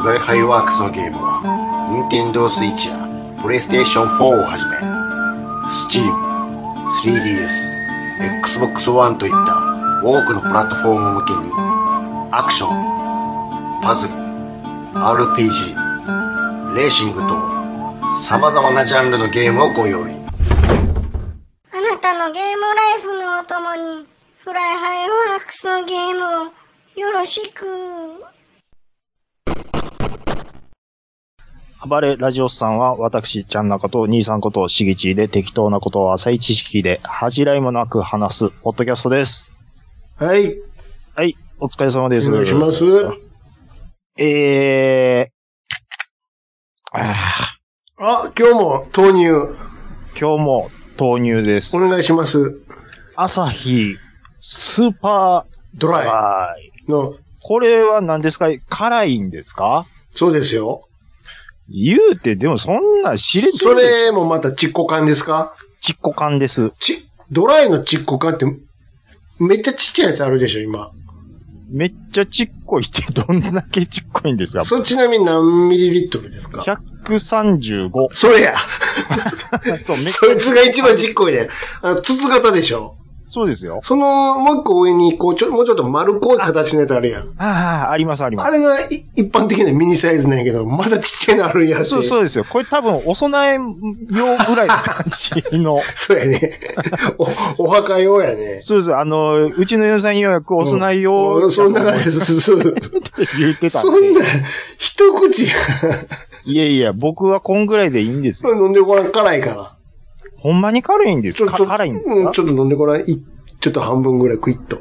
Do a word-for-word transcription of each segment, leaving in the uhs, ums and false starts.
ライハイワークスのゲームは、Nintendo Switch や PlayStation フォーをはじめ、Steam、スリーディーエス、Xbox One といった多くのプラットフォーム向けに、アクション、パズル、アールピージー、レーシングと様々なジャンルのゲームをご用意。 あなたのゲームライフのお供に、フライハイワークスのゲームをよろしく。 暴れラジオスさんは私、ちゃんなこと兄さんことしぎちで適当なことを浅い知識で恥じらいもなく話すポッドキャストです。 はい。 はい、お疲れ様です。 お願いします。 えー、ああ、今日も豆乳。 今日も豆乳です。 お願いします。 アサヒスーパードライの。 これは何ですか？辛いんですか？ そうですよ。 言うて、でもそんな知れてる。 それもまたチッコ缶ですか？ チッコ缶です。 ち、ドライのチッコ缶ってめっちゃちっちゃいやつあるでしょ、今。 めっちゃちっこいってどんだけちっこいんですか？ それちなみに何ミリリットルですか？ ひゃくさんじゅうご。 それや。 そう、めっちゃそいつが一番ちっこいね。あの、筒型でしょ？ そうですよ。 その、もう一個上に、こう、ちょ、もうちょっと丸っこい形のやつあるやん。 ああ、あります、あります。 あれが一般的なミニサイズなんやけど、まだちっちゃいのあるんやって。 そう、そうですよ。これ多分、お供え用ぐらいの感じの。 そうやね。お、お墓用やね。 そうです。あの、うちの予算予約お供え用、 うん。そんな感じです。そう。って言ってたんで。 そんな、一口や。 いやいや、僕はこんぐらいでいいんですよ。 飲んでごらん、辛いから。 ほんまに辛いんですか？辛いんですか？ うん、ちょっと飲んでごらん。いちょっと半分ぐらいクイッと。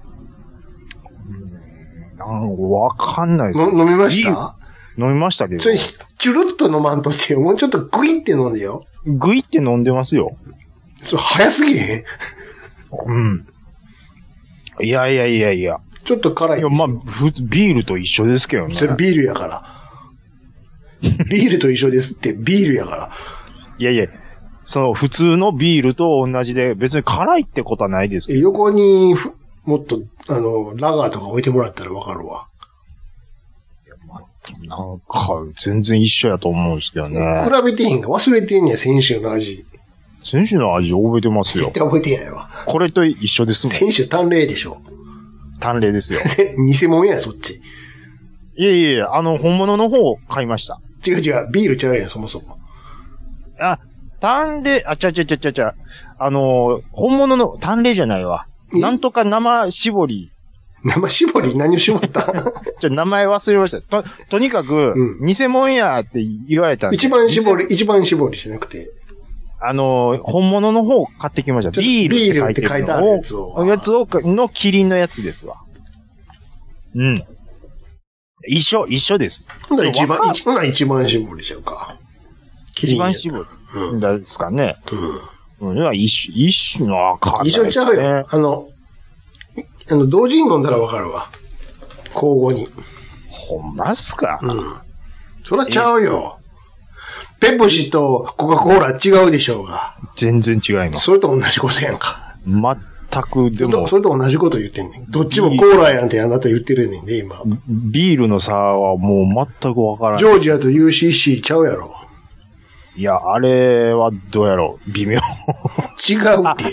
なんかわかんないです飲みました？ 飲みましたけど。 それ、チュルッと飲まんとって、もうちょっとグイって飲んでよ。 グイって飲んでますよ。 それ早すぎへん？ うん。いやいやいやいや。 ちょっと辛い。 いや、まあ、ビールと一緒ですけどね。 それビールやから。ビールと一緒ですって、ビールやから。 いやいや。その普通のビールと同じで、別に辛いってことはないですけど。 横に、もっと、あの、ラガーとか置いてもらったらわかるわ。 いや、まあ、なんか、全然一緒やと思うんですけどね。 比べてへんか忘れてんねや、先週の味。 先週の味覚えてますよ。 絶対覚えてんやわ。 これと一緒ですもん。 先週淡麗でしょ。 淡麗ですよ。 偽物や、そっち。 いやいやいや、あの、本物の方を買いました。 違う違う、ビールちゃうやん、そもそも。 あ、淡麗、あ、ちゃちゃちゃちゃちゃ、あの、本物の淡麗じゃないわ。なんとか生絞り。 生絞り何を絞ったじゃ、名前忘れました。と、とにかく、うん、偽物やって言われたんで。 一番絞り、一番絞りじゃなくて。 あの、本物の方買ってきました。ビールって書いてるの。 ビールって書いてあるやつを。 やつを、のキリンのやつですわ。うん。一緒、一緒です。 ほんな一番、一番一番絞りちゃうか。 一番絞り。うん。ですかね。うん。いや、一種、一種の赤、 ね。一緒ちゃうよ。あの、あの、同時に飲んだらわかるわ。交互に。 ほんまっすか？ うん。そらちゃうよ。ペプシとコカ・コーラ違うでしょうが。 全然違います。 それと同じことやんか。 全く、でも。 それと同じこと言ってんねん。どっちもコーラやんってあなた言ってるねんで、今。 ビールの差はもう全くわからない。 ジョージアと ユーシーシー ちゃうやろ。 いや、あれはどうやろう微妙。 違うって。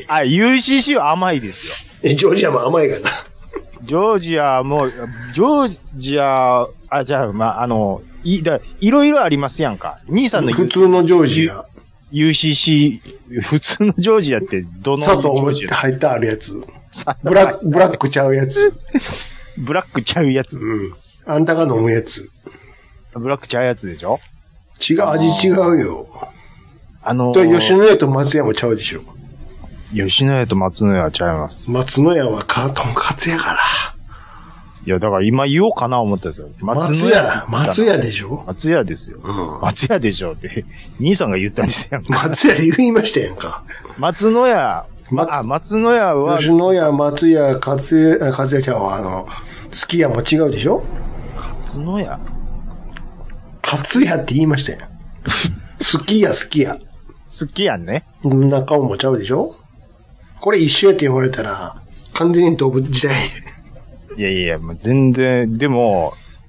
あ、あ、ユーシーシー は甘いですよ。 え、ジョージアも甘いがな。 ジョージアも、ジョージア、あ、じゃあ、まあ、あの、い、だ、いろいろありますやんか。兄さんの普通のジョージア。 ユーシーシー、普通のジョージアってどの砂糖も入ってあるやつ。ブラック、ブラックちゃうやつ。 ブラックちゃうやつ。 うん。あんたが飲むやつ。 ブラックちゃうやつでしょ？ 違う、味違うよ。 あのー、吉野家と松屋もちゃうでしょ。 吉野家と松野屋はちゃいます。 松野屋はカートンカツやから。 いや、だから今言おうかな思ったんですよ。 松屋、松屋でしょ？ 松屋ですよ。うん。松屋でしょって、兄さんが言ったんですよ。 松屋で言いましたやんか。 松野屋、ま、あ、松野屋は。 吉野家、松屋、勝屋、勝屋ちゃんは、あの、すき家も違うでしょ？ 勝野屋勝屋って言いましたよ。すき家、すき家。 すき家ね。 中尾もちゃうでしょ？これ一緒やって言われたら、完全に動物時代。 いやいや、もう全然、でも、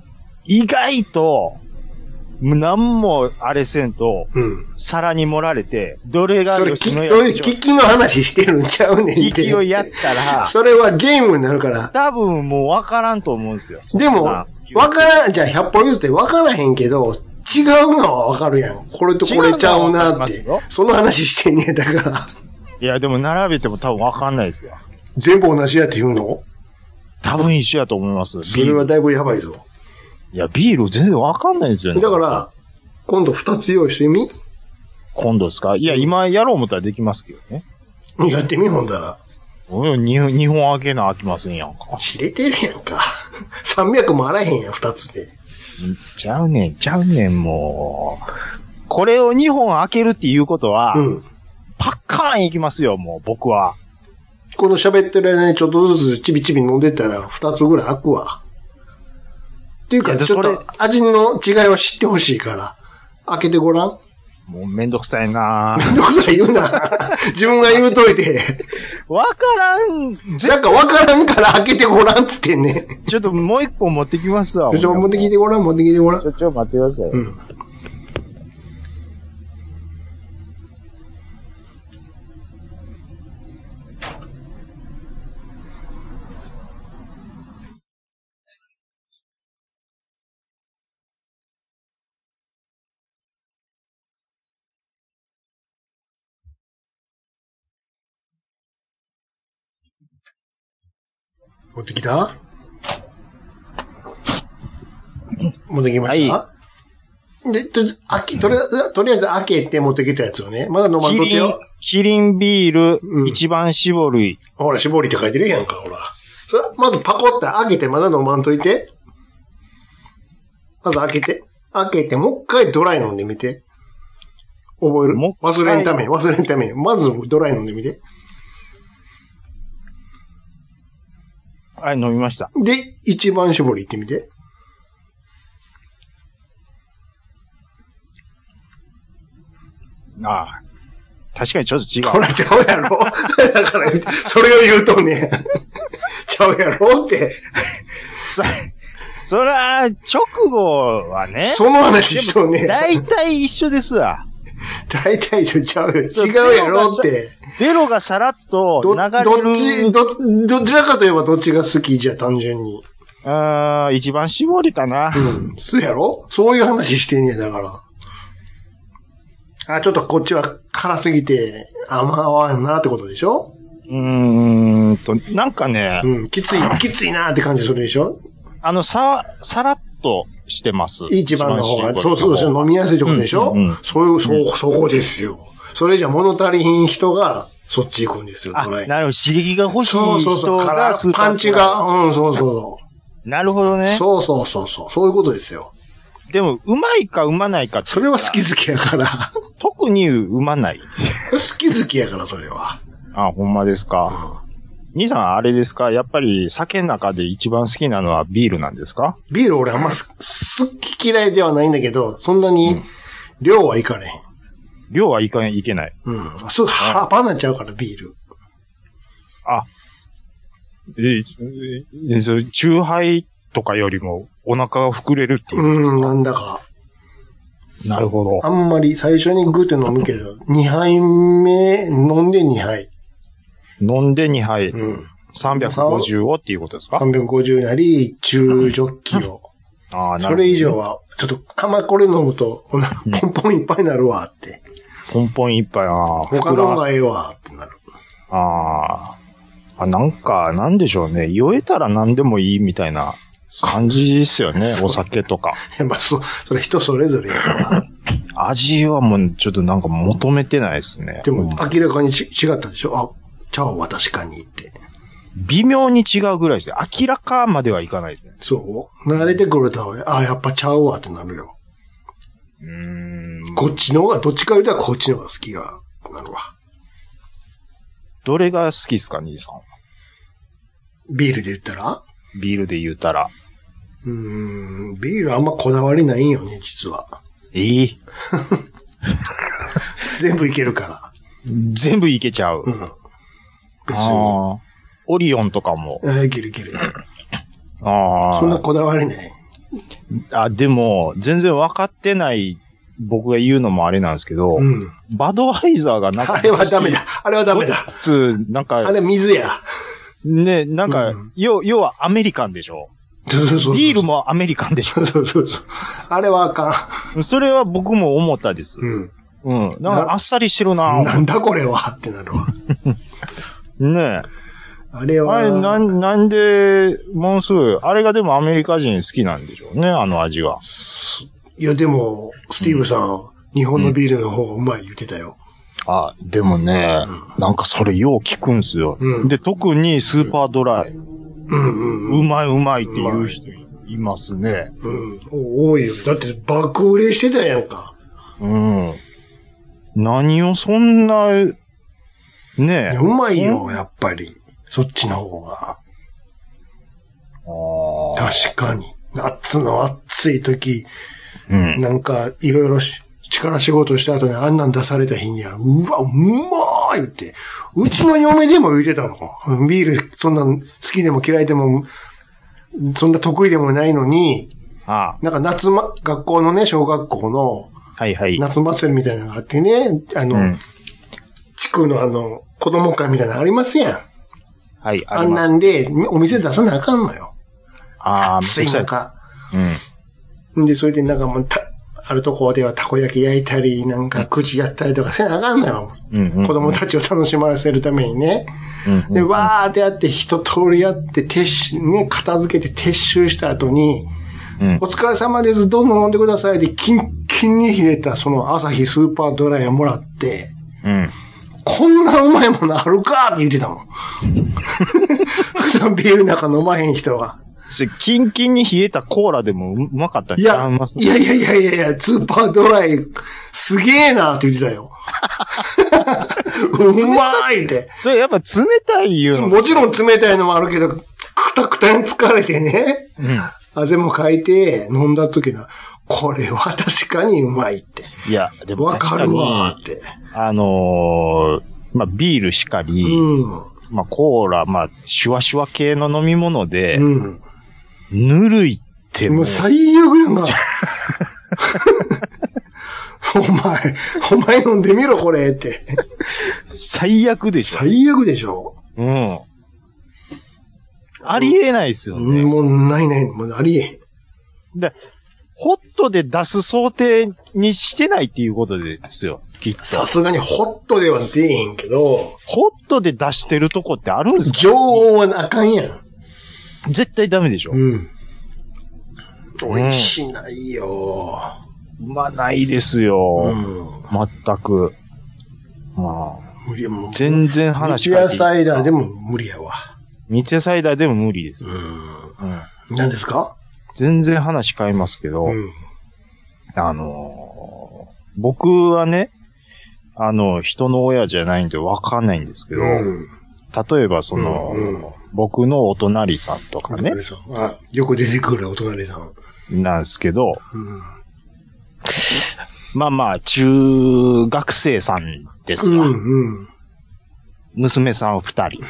意外と、何もあれせんと、 うん。 皿に盛られて、どれがそれ、き吉野家そういう機器の話してるんちゃうねん機って。 器をやったら、 それはゲームになるから。 多分もうわからんと思うんですよ。 でも、わからん、じゃあひゃっぽ譲ってわからへんけど、違うのはわかるやん。これとこれちゃうなって。その話してんねんだから。 いや、でも並べても多分わかんないですよ。 全部同じやって言うの？ 多分一緒やと思います。 それはだいぶやばいぞ。 いや、ビール全然わかんないんですよね。 だから、今度二つ用意してみ？ 今度ですか？いや、今やろう思ったらできますけどね。 やってみほんだら。 うん、に日本開けな開きませんやんか。 知れてるやんか。さんびゃくもあらへんやん、二つで。 ちゃうねん、ちゃうねん、もう。これをにほん開けるっていうことは、うん、パッカーンいきますよ、もう、僕は。 この喋ってる間にちょっとずつちびちび飲んでったら二つぐらい開くわ。っていうか、ちょっと味の違いを知ってほしいから、開けてごらん。 もうめんどくさいなめんどくさい言うな。自分が言うといて。 わからん。 なんかわからんから開けてごらんっつってんね。 ちょっともう一本持ってきますわ。 ちょ、持ってきてごらん、持ってきてごらん。 ちょ、ちょ、待ってください。うん。 持ってきた？持ってきました、はい、で、と、あき、とりあえず、とりあえず開けて持ってきたやつをね。まだ飲まんとってよ。 キリンビール、うん、一番搾り。 ほら、搾りって書いてるやんか、ほら。それまずパコって開けてまだ飲まんといて。まず開けて。開けて、もう一回ドライ飲んでみて。覚える？忘れんために、忘れんために。まずドライ飲んでみて。 はい、飲みました。 で、一番搾りいってみて。 ああ。確かにちょっと違う。 ほら、ちゃうやろだから、それを言うとね、ちゃうやろって。 そ、そら、直後はね。 その話しとね。 大体一緒ですわ。 大体一緒ちゃうよ。違うやろって。 ベロがさらっと流れる。 ど、どっち、ど、どちらかといえばどっちが好きじゃ、単純に。 あー、一番絞りかな。 うん。そうやろ？そういう話してんねや、だから。あ、ちょっとこっちは辛すぎて甘合わんなってことでしょ？ うーんと、なんかね。 うん、きつい、きついなって感じするでしょ？ あの、さ、さらっとしてます。 一番の方が、そうそうそう、飲みやすいってことでしょ？うんうん、そういう、そう、そこですよ。それじゃ物足りひん人が、そっち行くんですよ、 あ、なるほど。刺激が欲しい人がそうそうそう、パンチが、うん、そうそうそう。 なるほどね。 そうそうそうそう、そういうことですよ。 でも、うまいかうまないかって。 それは好き好きやから。 特にうまない。 好き好きやから、それは。 あ、ほんまですか。うん、兄さん、あれですか？やっぱり酒の中で一番好きなのはビールなんですか？ ビール俺あんま好き嫌いではないんだけど、そんなに量はいかれへん。 量はいかいけない。 うん。すぐ腹パンなっちゃうから、ビール。 あ。え、え、それ、チューハイとかよりもお腹が膨れるっていう。 うん、なんだか。 なるほど。 あんまり最初にグーって飲むけど、にはいめ飲んでにはい。 飲んでにはい。うん。さんびゃくごじゅうをっていうことですか？ さんびゃくごじゅうなり、中ジョッキを。ああ、なるほど。それ以上は、ちょっと、あんまこれ飲むと、ポンポンいっぱいになるわって。 ポンポンいっぱい、ああ。 他の方がええわってなる。 ああ。あ、なんか、なんでしょうね。酔えたら何でもいいみたいな感じですよね。お酒とか。 やっぱそ、それ人それぞれやから。 味はもうちょっとなんか求めてないですね。 でも明らかにち違ったでしょ？あ、ちゃうわ、確かにって。 微妙に違うぐらいですね。明らかまではいかないですね。 そう慣れてくると、あ、やっぱちゃうわってなるよ。うーん。こっちの方が、どっちか言うたらこっちの方が好きがなるわ。 どれが好きですか、兄さん。 ビールで言ったら？ ビールで言ったら。 うーん、ビールあんまこだわりないんよね、実は。 ええ全部いけるから。 全部いけちゃう。うん。別に。 オリオンとかも。 あ、いけるいける。ああ。そんなこだわりない。 あ、でも、全然分かってない僕が言うのもあれなんですけど、うん、バドワイザーがなんか、 あれはダメだ。あれはダメだ。 つ、なんか、 あれ水や。 ね、なんか、うん、要、要はアメリカンでしょ。 そうそうそう。 ビールもアメリカンでしょ。 そうそうそう。あれはあかん。それは僕も思ったです。うん。うん。なんかあっさりしてるな。 なんだこれはってなるわ。 ねえ。 あれは。 あれ、なん、なんで、もうすぐ、あれがでもアメリカ人好きなんでしょうね、あの味が。 いや、でも、スティーブさん、うん、日本のビールの方がうまい言ってたよ。 あ、でもね、うん、なんかそれよう聞くんすよ。うん、で、特にスーパードライ。うんうんうん、うまいうまいって言う人いますね。 うん。多いよ。だって爆売れしてたやんか。 うん。何をそんな、ねえ。 うまいよ、やっぱり。そっちの方が。 あ確かに。夏の暑い時、うん、なんか、いろいろ力仕事した後にあんなん出された日には、うわ、うまー言って。うちの嫁でも言ってたの。ビール、そんな好きでも嫌いでも、そんな得意でもないのに、 ああなんか夏ま、学校のね、小学校の、 はいはい。 夏祭りみたいなのがあってね、あの、うん、地区のあの、子供会みたいなのありますやん。 はい、 あります。あんなんで、お店出さなあかんのよ。 ああ、 暑い中。 うん。 で、それでなんかもう、た、あるとこではたこ焼き焼いたり、なんか口やったりとかせなあかんのよ。うんうんうん、子供たちを楽しませるためにね。うんうんうん、で、わーってやって一通りやって撤収、ね、片付けて撤収した後に、うん、お疲れ様です、どんどん飲んでくださいで、キンキンに冷えたその朝日スーパードライをもらって、 うん、 こんなうまいものあるかって言ってたもん。普段ビールなんか飲まへん人が。 キンキンに冷えたコーラでもうまかったんちゃいます？ いやいやいやいやいや、スーパードライ、すげえなって言ってたよ。うまいって。 それやっぱ冷たいよ。 もちろん冷たいのもあるけど、くたくたに疲れてね。うん、汗もかいて飲んだ時の、これは確かにうまいって。 いや、でもわかるわって。 あのー、まあ、ビールしかり、うん、まあ、コーラ、まあ、シュワシュワ系の飲み物で、うん、ぬるいってもう。もう最悪やな。お前、お前飲んでみろこれって。 最悪でしょ。 最悪でしょ。 うん。ありえないですよね。 もうないない、もうありえへん。で、ホットで出す想定にしてないっていうことですよ、きっと。 さすがにホットでは出えへんけど。 ホットで出してるとこってあるんですか？ 常温はあかんやん。 絶対ダメでしょ。 うん。美味しないよ。 うまないですよ。うん、全く。まあ。 無理やもん。 全然話変えていいですか？三ツ矢サイダーでも無理やわ。 三ツ矢サイダーでも無理です。うん。 うん。何ですか？ 全然話変えますけど、うん、あのー、僕はね、あの、人の親じゃないんでわかんないんですけど、うん、例えばその、うんうん、僕のお隣さんとかね。 あ、よく出てくるお隣さん。なんですけど、うん、まあまあ、中学生さんですわ。うんうん、娘さん二人。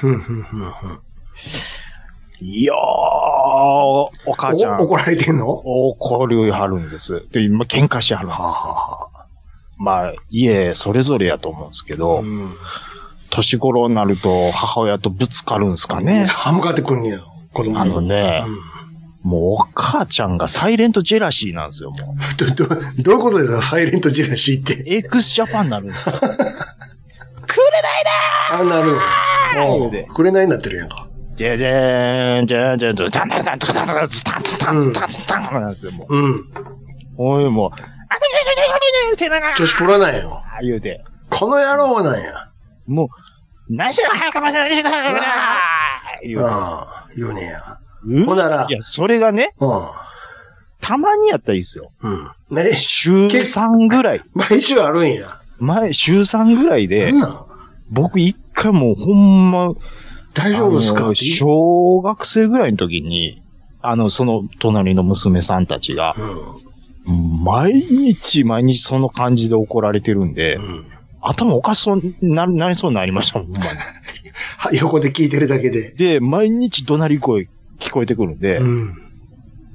いやー、お母ちゃん。 怒られてんの？ 怒りはるんです。で、今喧嘩しはるんです。はあはあ、まあ、家それぞれやと思うんですけど、うん、年頃になると母親とぶつかるんですかね。 歯向かってくんねや、子供。 あのね、うん、もうお母ちゃんがサイレントジェラシーなんですよ、もう。 ど、ど、どういうことですか、サイレントジェラシーって。 X ジャパンになるんですよ。くれないだーあ、なるほど。くれないになってるやんか。 じゃじゃーん、じゃじゃじゃ、じゃんじゃじゃ、じゃじゃじゃ、じゃじゃじゃ、じゃじゃじゃ、なんですよ、もう。うん。おい、もう、あ、 女子プロなんや。 言うて。 この野郎なんや。 もう、何しろ早くませんでした言うて。 ああ、言うねや。ほんなら。 いや、それがね、うん。たまにやったらいいっすよ。 うん。ね。 週さんぐらい。 毎週あるんや。 前、週さんぐらいで、僕一回もうほんま、 大丈夫ですか？ 小学生ぐらいの時に、あの、その隣の娘さんたちが、うん、毎日毎日その感じで怒られてるんで、うん、頭おかしそうにな、なりそうになりましたもん、ほんまに。 横で聞いてるだけで。 で、毎日怒鳴り声聞こえてくるんで、うん、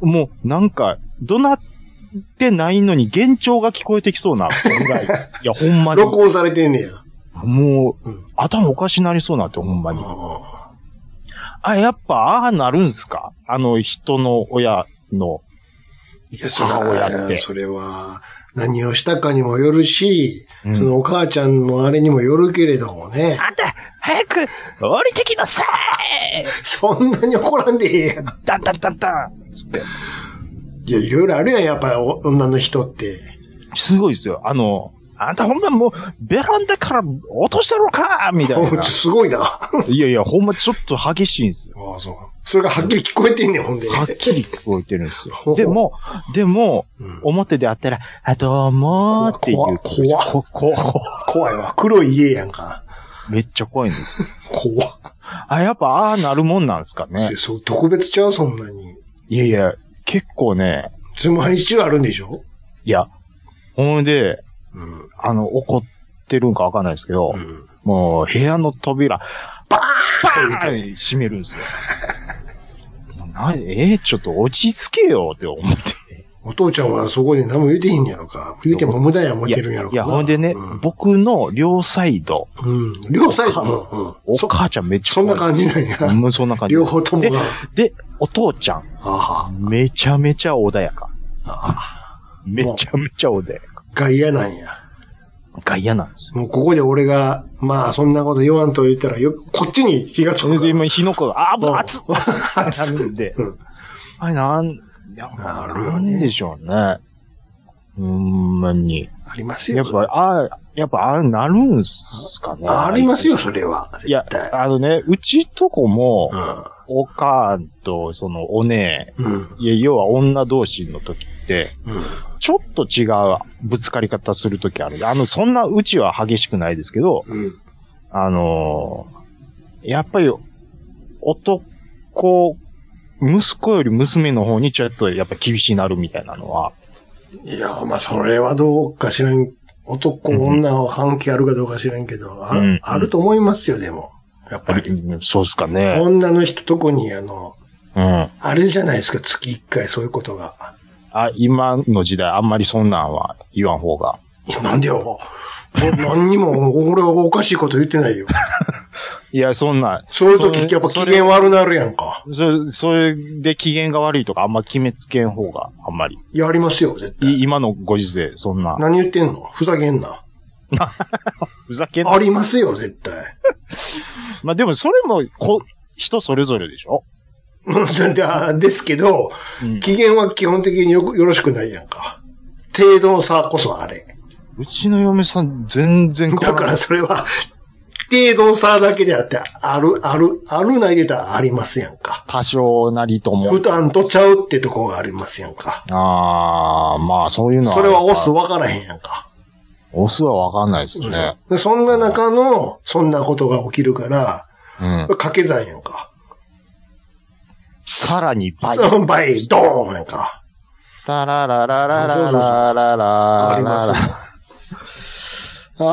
もう、なんか、怒鳴ってないのに幻聴が聞こえてきそうなぐらい。いや、ほんまに。 録音されてんねや。 もう、 うん、 頭おかしなりそうなって、ほんまに。あ、やっぱ、ああなるんすか？あの人の親の母親って。 それは、何をしたかにもよるし、 うん、 そのお母ちゃんのあれにもよるけれどもね。 あんた、早く降りてきなさい！ そんなに怒らんでええやん。 だったったったつって。 いや、いろいろあるやん、やっぱり女の人って。 すごいですよ。あの、あんたほんまもう、ベランダから落としたのかみたいな。 すごいな。 いやいや、ほんまちょっと激しいんですよ。 ああ、そう。それがはっきり聞こえてんねん、ほんで。 はっきり聞こえてるんですよ。でも、でも、うん、表であったら、あ、どうもーっていう。 怖怖怖怖いわ。黒い家やんか。 めっちゃ怖いんですよ。 怖あ、やっぱ、ああなるもんなんですかね。 そう、特別ちゃう、そんなに。 いやいや、結構ね。 つまり一応あるんでしょ？ いや、ほんで、 うん、 あの、怒ってるんかわかんないですけど、うん、もう、部屋の扉、バーンバーン閉めるんですよ。なえー、ちょっと落ち着けよって思って。 お父ちゃんはそこで何も言うてへんやろか。言うても無駄や思ってるんやろか。 いや、いやほんでね、うん、僕の両サイド。 うん。両サイド、うんうん、 お母ちゃんめっちゃ。 そんな感じなんや。 うん、そんな感じ。 両方ともが。 で、で、お父ちゃん。 あめちゃめちゃ穏やか。 あめちゃめちゃ穏やか。 外野なんや。 外野なんですよ。 もうここで俺が、まあそんなこと言わんと言ったら、よこっちに火がつくから。 今火の粉が、あー、熱っなるんで。うん、あれなん、いや、なんでしょうね。ほんまに。 ありますよ。 やっぱ、ああ、やっぱ、ああなるんすかね。 あ, ありますよ、それは。 いや、あのね、うちとこも、 うん、 おかんと、その、お姉、 うん、 いや、要は女同士の時って、 うん、 ちょっと違うぶつかり方する時ある。あの、そんなうちは激しくないですけど、 うん、 あのー、やっぱり、男、息子より娘の方にちょっとやっぱ厳しいなるみたいなのは。 いや、まあ、それはどうか知らん。男、女は関係あるかどうか知らんけど、うん、あ, あると思いますよ、でも。やっぱり。 うん、そうっすかね。 女の人、特にあの、 うん、 あれじゃないですか、月一回そういうことが。 あ、今の時代あんまりそんなんは言わん方が。 いや、なんでよ。何にも、俺はおかしいこと言ってないよ。 いや、そんな。 そういう時やっぱ機嫌悪なるやんか。 それ、それで機嫌が悪いとかあんま決めつけん方があんまり。 やりますよ、絶対。 今のご時世、そんな。 何言ってんの？ふざけんな。 ふざけんな。 ありますよ、絶対。 まあでもそれも、こ、人それぞれでしょ？ ですけど、うん、機嫌は基本的によ、よろしくないやんか。程度の差こそあれ。 うちの嫁さん全然だからそれは、程度の差だけであって、ある、ある、あるないで言ったらありますやんか。 多少なりとも。 普段とちゃうってとこがありますやんか。 ああ、まあそういうのは。 それはオス分からへんやんか。 オスは分かんないですね。 でそんな中の、そんなことが起きるから、 うん。 掛け算やんか。 さらに倍。 そう、倍、ドーンやんか。 タララララララララあります。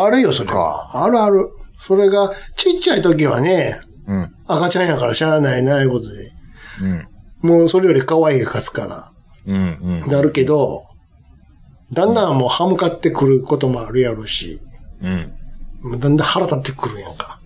あるよ、それは。あるある。それが、ちっちゃい時はね、 うん、 赤ちゃんやからしゃあないな、いうことで。 うん、 もうそれより可愛いが勝つから、 うんうん、 なるけど、だんだんもう歯向かってくることもあるやろし、 うん、 だんだん腹立ってくるやんか。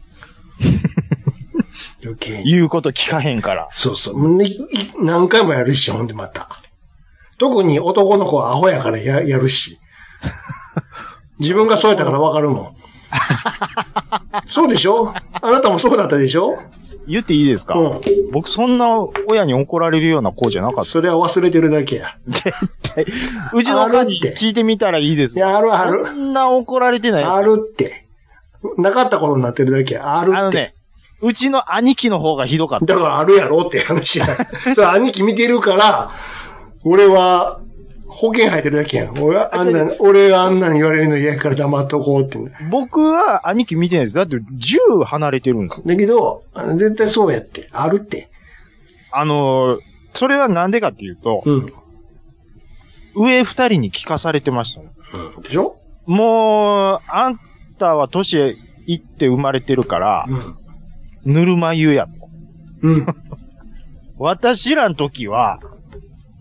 余計に。 言うこと聞かへんから。 そうそう。何回もやるし、ほんでまた。特に男の子はアホやからややるし。自分がそうやったからわかるもん。そうでしょ？あなたもそうだったでしょ？ 言っていいですか？うん。僕そんな親に怒られるような子じゃなかった。 それは忘れてるだけや。 絶対。うちの母に聞いてみたらいいですよ。いや、あるある。 そんな怒られてないですよ。 あるって。なかったことになってるだけや。あるって。 あのね、うちの兄貴の方がひどかった。 だからあるやろって話や。それ兄貴見てるから、俺は、保険入ってるだけやん。俺はあんな、俺があんなに言われるの嫌やから黙っとこうって。 僕は兄貴見てないです。だってじゅう離れてるんですよ。 だけど、絶対そうやって。あるって。 あのー、それはなんでかっていうと、 うん、 上二人に聞かされてましたね。 うん。でしょ？ もう、あんたは年へ行って生まれてるから、うん、ぬるま湯やと。 うん。 私らの時は、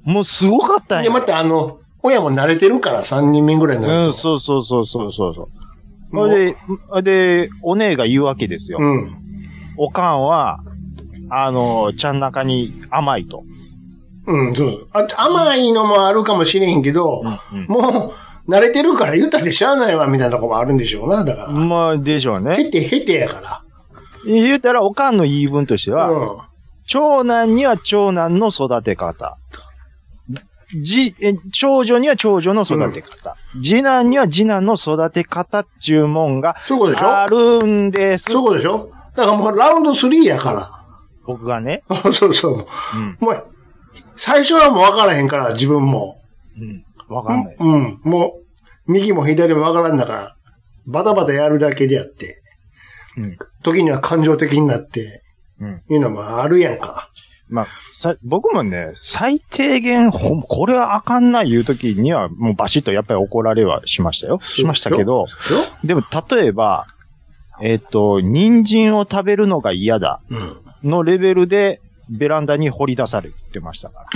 もうすごかったんや。 で、またあの、親も慣れてるからさんにんめぐらいになると。 うん、そうそうそうそうそうそう。それで、で、お姉が言うわけですよ。 うん。 おかんは、あの、ちゃん中に甘いと。 うん、そうあ。甘いのもあるかもしれへんけど、うんうん、もう、慣れてるから言ったってしゃあないわ、みたいなとこもあるんでしょうな、だから。 まあ、でしょうね。 へてへてやから。 言うたら、おかんの言い分としては、うん、長男には長男の育て方。じ、え、長女には長女の育て方。うん、次男には次男の育て方っちゅうもんがあるんです。 そうでしょ？だからもうラウンドスリーやから。 僕がね。 そうそう。うん、もう、最初はもう分からへんから、自分も。 うん。分かんない。 うん。もう、右も左も分からんだから、バタバタやるだけであって。うん。時には感情的になって、うん。いうのもあるやんか。 まあ、さ、僕もね、最低限、ほこれはあかんない言う時には、もうバシッとやっぱり怒られはしましたよ。しましたけど、でも例えば、えっと、人参を食べるのが嫌だ。うん。のレベルで、ベランダに掘り出されてましたから。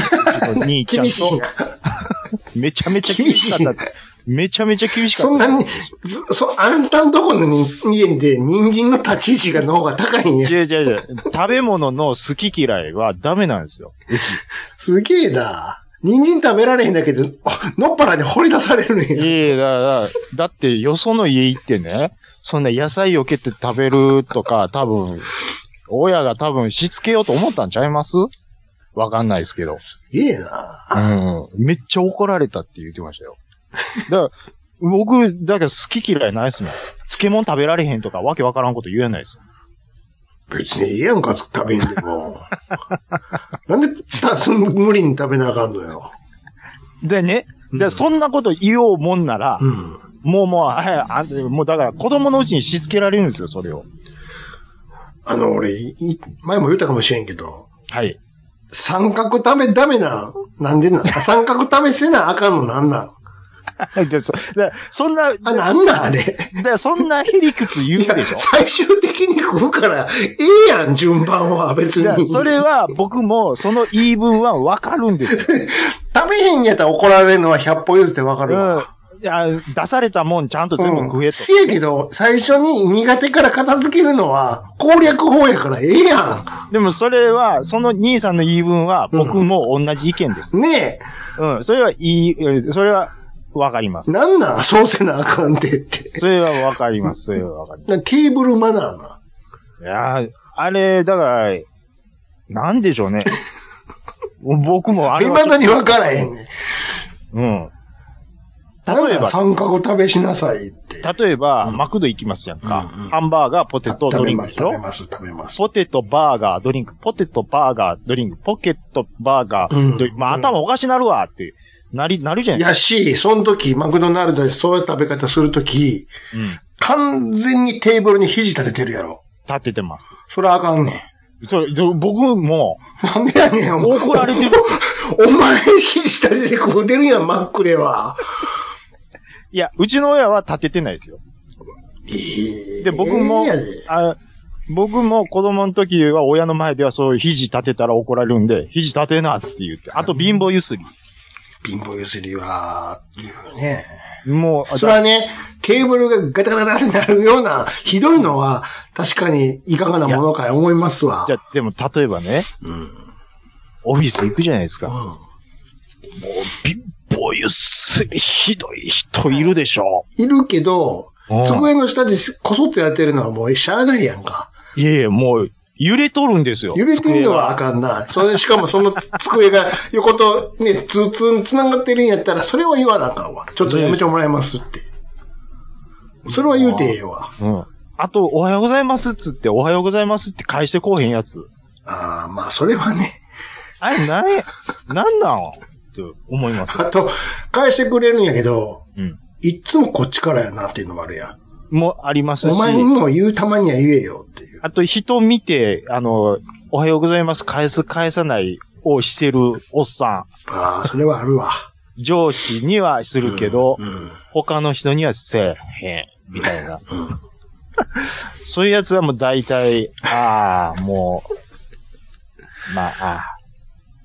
兄ちゃんと。厳しいな。めちゃめちゃ厳しかった。めちゃめちゃ厳しかった。 そんなに、ず、そ、あんたんとこの家で人参の立ち位置がの方が高いんや。 違う違う違う。食べ物の好き嫌いはダメなんですよ。うち。 すげえな。人参食べられへんだけど、のっぱらに掘り出されるねん。 いや、だ、だ、だってよその家行ってね、そんな野菜をけって食べるとか、多分、親が多分しつけようと思ったんちゃいます？わかんないですけど。 すげえな。 うん。めっちゃ怒られたって言ってましたよ。だから、僕、だから好き嫌いないっすもん。漬物食べられへんとかわけわからんこと言えないですよ。 別にいいやんか、食べんでも。なんで、た、その無理に食べなあかんのよ。 でね、うん、でそんなこと言おうもんなら、うん、もうもう、はい、あ、もうだから子供のうちにしつけられるんですよ、それを。 あの、俺、前も言ったかもしれんけど。 はい。 三角食べダメな。なんでなん？三角食べせなあかんのなんなんでそでそんな、 あ、なんなんあれ。 でそんなへりくつ言うでしょ？ 最終的に食うから、ええやん、順番は別に。 それは僕もその言い分はわかるんですよ。 食べへんやったら怒られるのは百歩譲ってわかるわ。うんいや、出されたもんちゃんと全部食えと。 せ、うん、やけど、最初に苦手から片付けるのは攻略法やからええやん。でもそれは、その兄さんの言い分は僕も同じ意見です。 うん、ねえ。うん、それはいい、それはわかります。 なんなんそうせなあかんてって。 それはわかります。それはわかります。 テーブルマナーな。 いや、あれ、だから、なんでしょうね。僕もあれは。 未だにわからへんね。 うん。 例えば。三角食べしなさいって。 例えば、うん、マクド行きますやんか。うんうん、ハンバーガー、ポテト、ドリンクでしょ？ 食べます、食べます。 ポテト、バーガー、ドリンク、ポテト、バーガー、ドリンク、ポケット、バーガー、うん、ドリンク。まあ、頭おかしなるわって、なり、なるじゃないですか。やし、その時、マクドナルドでそういう食べ方するとき、うん、完全にテーブルに肘立ててるやろ。 立ててます。 それあかんねん。 それ、僕も、 なんでやねん、 怒られてる。 お前、肘立てて食うてるやん、マックでは。 いや、うちの親は立ててないですよ。 えー、 で、僕も、あ、僕も子供の時は親の前ではそういう肘立てたら怒られるんで、肘立てなって言って。あと貧乏ゆすり。 貧乏ゆすりは、いうね。 もう、 それはね、テーブルがガタガタガタになるような、ひどいのは、確かにいかがなものか思いますわ。 じゃ、でも例えばね、うん、オフィス行くじゃないですか。うん、もう、貧乏ゆすりひどい人いるでしょ。 いるけど、机の下でこそっとやってるのはもうしゃあないやんか。 いやいや、もう、揺れとるんですよ。 揺れてるのはあかんな。それ、しかもその机が横とね、通通に繋がってるんやったら、それは言わなあかんわ。ちょっとやめてもらいますって。それは言うてええわ。 うん。あと、おはようございますっつって、おはようございますって返してこうへんやつ。 ああ、まあ、それはね。 あれ、なえ、なんなんって思います。 あと、返してくれるんやけど、うん。いつもこっちからやなっていうのもあるやん。 もありますし。 お前にも言うたまには言えよっていう。 あと人見て、あの、おはようございます、返す返さないをしてるおっさん。 ああ、それはあるわ。 上司にはするけど、うんうん、他の人にはせえへん、みたいな。うん、そういうやつはもう大体、ああ、もう、まあ、あ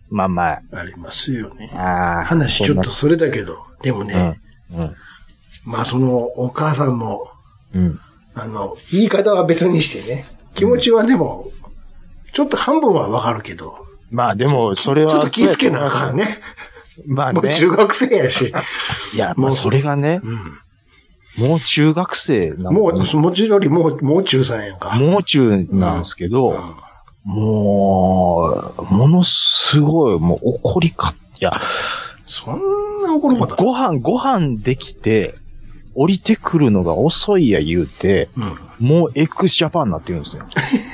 まあまあ。 ありますよね。 あ話ちょっとそれだけど、でもね、 うんうん、 まあそのお母さんも、 うん、 あの、言い方は別にしてね、気持ちはでも、ちょっと半分はわかるけど。 まあでも、それは。 ちょっと気ぃつけなあかんね。 まあね。 もう中学生やし。 いや、まあそれがね、うん、もう中学生なのもう、もちろんもう、もう中さんやんか。 もう中なんですけど、うんうんもう、ものすごい、もう怒りか、いや、 そんな怒ることご飯、ご飯できて、降りてくるのが遅いや言うて、うん、もう X ジャパンになってるんですよ。来るない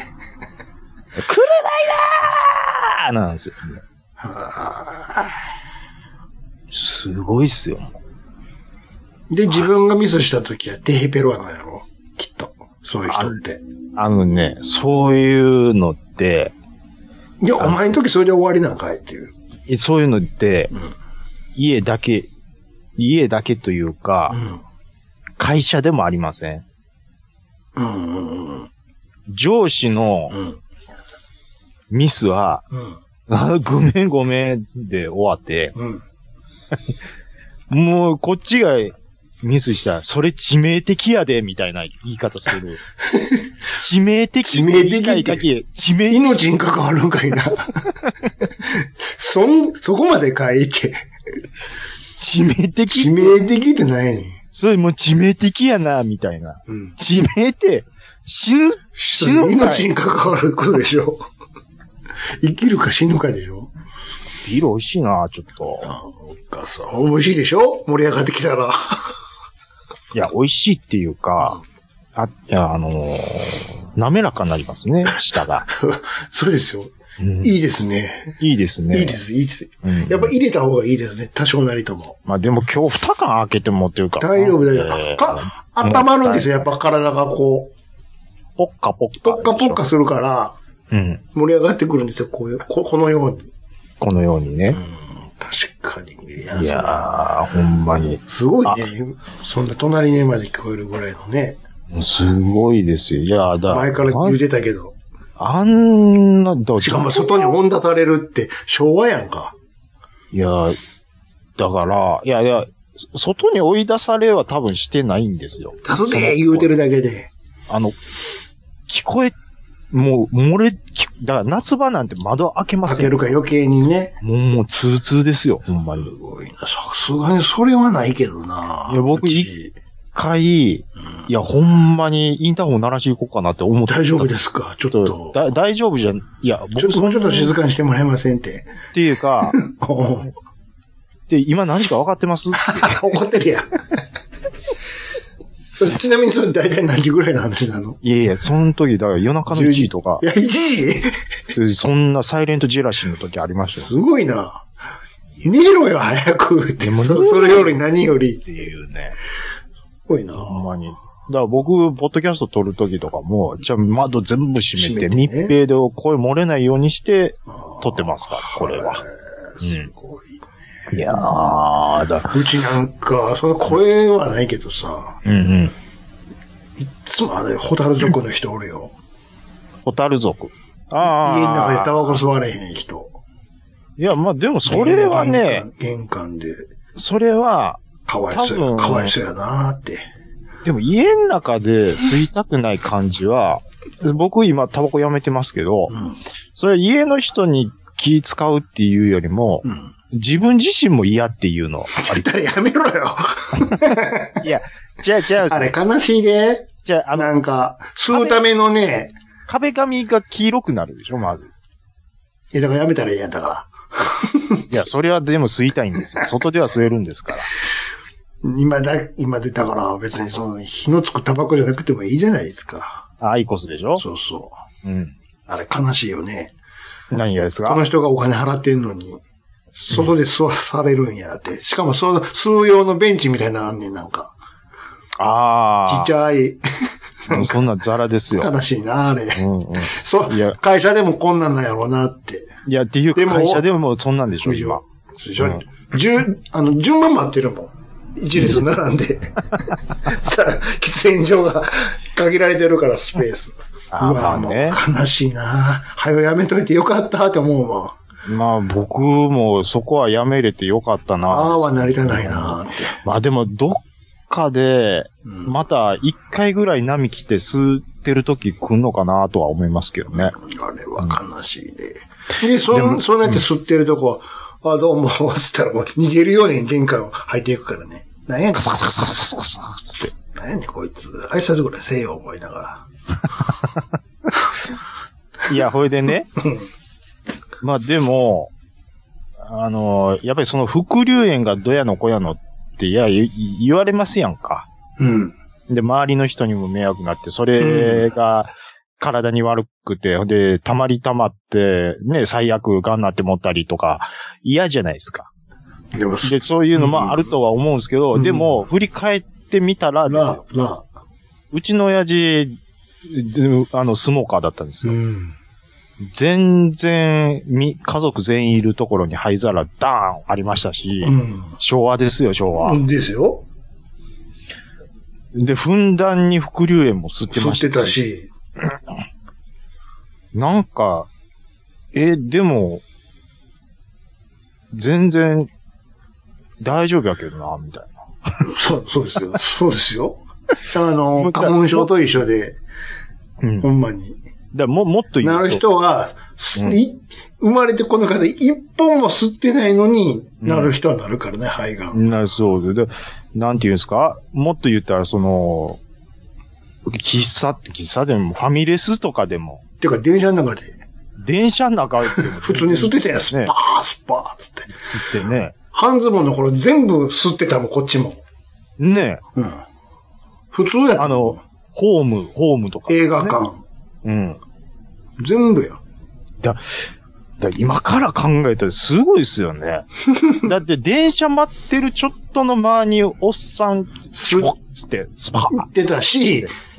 なーなんですよ、ね。はすごいっすよ。 で、自分がミスした時はテヘペロなんやろきっと。そういう人って。 あのね、そういうのって、 いや、お前の時それで終わりなんかいっていう。 そういうのって、うん、家だけ、家だけというか、うん、会社でもありません。 うんうんうん、 上司のミスは、うん、あごめんごめんで終わって、うん、もうこっちがミスしたら、それ致命的やで、みたいな言い方する。致命的致命的って。 致命的。 命に関わるんかいな。そん、そこまで書いて。 致命的。 致命的って何やねん。 それもう致命的やな、みたいな。うん、致命って、死ぬ、死ぬ。 命に関わることでしょ。生きるか死ぬかでしょ。 ビール美味しいな、ちょっと。 なんかさ、美味しいでしょ盛り上がってきたら。 いや、美味しいっていうか、うん、あ、いや、あのー、滑らかになりますね、舌が。 そうですよ、うん。いいですね。 いいですね。 いいです、いいです。うん、やっぱ入れた方がいいですね、多少なりとも。 まあでも今日二缶開けて持ってるから。 大丈夫、大丈夫。えー、か、温まるんですよ、やっぱ体がこう。 ポッカポッカ。ポッカポッカするから、うん、盛り上がってくるんですよ、こういう、こ, このように。 このようにね。 うん確かに。いや、 いやー、ほんまに。 すごいね。そんな隣にまで聞こえるぐらいのね。 すごいですよ。いやだ。 前から言うてたけど。 あんな、だしかも外に追い出されるって昭和やんか。 いや、だから、いやいや、外に追い出されは多分してないんですよ。 出すで言うてるだけで。 あの、聞こえ、もう、漏れ、だから夏場なんて窓開けません。 開けるか余計にね。 もう、もう、ツーツーですよ、ほんまに。 すごいな。さすがにそれはないけどな。 いや、僕、一回、うん、いや、ほんまにインターホン鳴らし行こうかなって思ってた。 大丈夫ですかちょっと。 だ大丈夫じゃん。いや、 僕ちょっと、もうちょっと静かにしてもらえませんって。 っていうか、で、今何時か分かってます怒ってるやん。それちなみにそれ大体何時ぐらいの話なの？ いやいや、その時、だから夜中のいちじとか。 いや、いちじそんなサイレントジェラシーの時ありましたよ。 すごいな。寝ろよ、早くって。そ, それより何よりっていうね。すごいな。 ほんまに。だから僕、ポッドキャスト撮る時とかも、じゃあ窓全部閉めて、密閉で声漏れないようにして撮ってますから、これは。うん。すごい。いやーだ。 うちなんか、その声はないけどさ。 うんうん。 いつもあれ、ホタル族の人おるよ。 ホタル族。ああ。 家の中でタバコ吸われへん人。 いや、まあ、でもそれはね。 玄関で。 それは。 かわいそうや。かわいそうやなーって。 でも家の中で吸いたくない感じは、僕今タバコやめてますけど、うん、それは家の人に気使うっていうよりも、うん自分自身も嫌っていうの。 あれ、誰やめろよ。 いや、じゃあ、じゃあ。 あれ悲しいね。じゃあ、あの、なんか、吸うためのね。 壁紙が黄色くなるでしょ、まず。 いや、だからやめたらいいやんだから。 いや、それはでも吸いたいんですよ。外では吸えるんですから。 今だ、今でだから別にその、火のつくタバコじゃなくてもいいじゃないですか。 アイコスでしょそうそう。 うん。 あれ悲しいよね。 何がですか？ この人がお金払ってんのに。外で吸わされるんやって。しかもその、吸う用のベンチみたいなのあんねん、なんか。 ああ。 ちっちゃい。 そんなザラですよ。 悲しいな、あれ。 うんうん。 そう。いや会社でもこんなんなんやろうなって。 いや、っていうか会社でもそんなんでしょ、今。 でしょ、うん、順、あの、順番待ってるもん。一列並んで。さあ、喫煙所が限られてるから、スペース。 ああ、まあね。 悲しいな。はよやめといてよかったって思うもん。 まあ僕もそこはやめれてよかったな。 ああはなりたないなって。 まあでもどっかで、また一回ぐらい波来て吸ってる時来んのかなとは思いますけどね。 あれは悲しいね。うん、で、そん、そうやって吸ってるとこ、うん、あ、どうも、つったらもう逃げるように玄関を入っていくからね。なんやねん。カサカサカサカサカサカサって。なんやねんこいつ。挨拶ぐらいせえよ思いながら。 いや、ほいでね。まあでも、あの、やっぱりその副流炎がどやのこやのって、いや、言われますやんか。 うん。 で、周りの人にも迷惑になって、それが体に悪くて、で、たまりたまって、ね、最悪がんなって持ったりとか、嫌じゃないですか。でも、で、そういうのもあるとは思うんですけど、うん、でも、振り返ってみたら、 な、な、 うちの親父、あの、スモーカーだったんですよ。 うん、 全然、み、家族全員いるところに灰皿ダーンありましたし、うん、昭和ですよ、昭和。 ですよ。 で、ふんだんに副流炎も吸ってました。 吸ってたし。 なんか、え、でも、全然、大丈夫やけどな、みたいな。 そう、そうですよ。そうですよ。あの、花粉症と一緒で、うん、ほんまに。 だも、もっと言うと。 なる人は、うん、生まれてこの方一本も吸ってないのになる人はなるからね、肺が。 な、そうで。なんていうんですか？もっと言ったら、その、喫茶、喫茶でも、ファミレスとかでも。 てか、電車の中で。 電車の中でも。 普通に吸ってたやん、スパー、スパーつって。 吸ってね。 半ズボンの頃全部吸ってたもん、こっちも。 ねえ。うん。普通やった。 あの、ホーム、ホームとか、 ね。映画館。 うん。 全部や。 だ、だ今から考えたらすごいですよね。だって電車待ってるちょっとの周りにおっさん、スポッつって、スパッってたし、うん、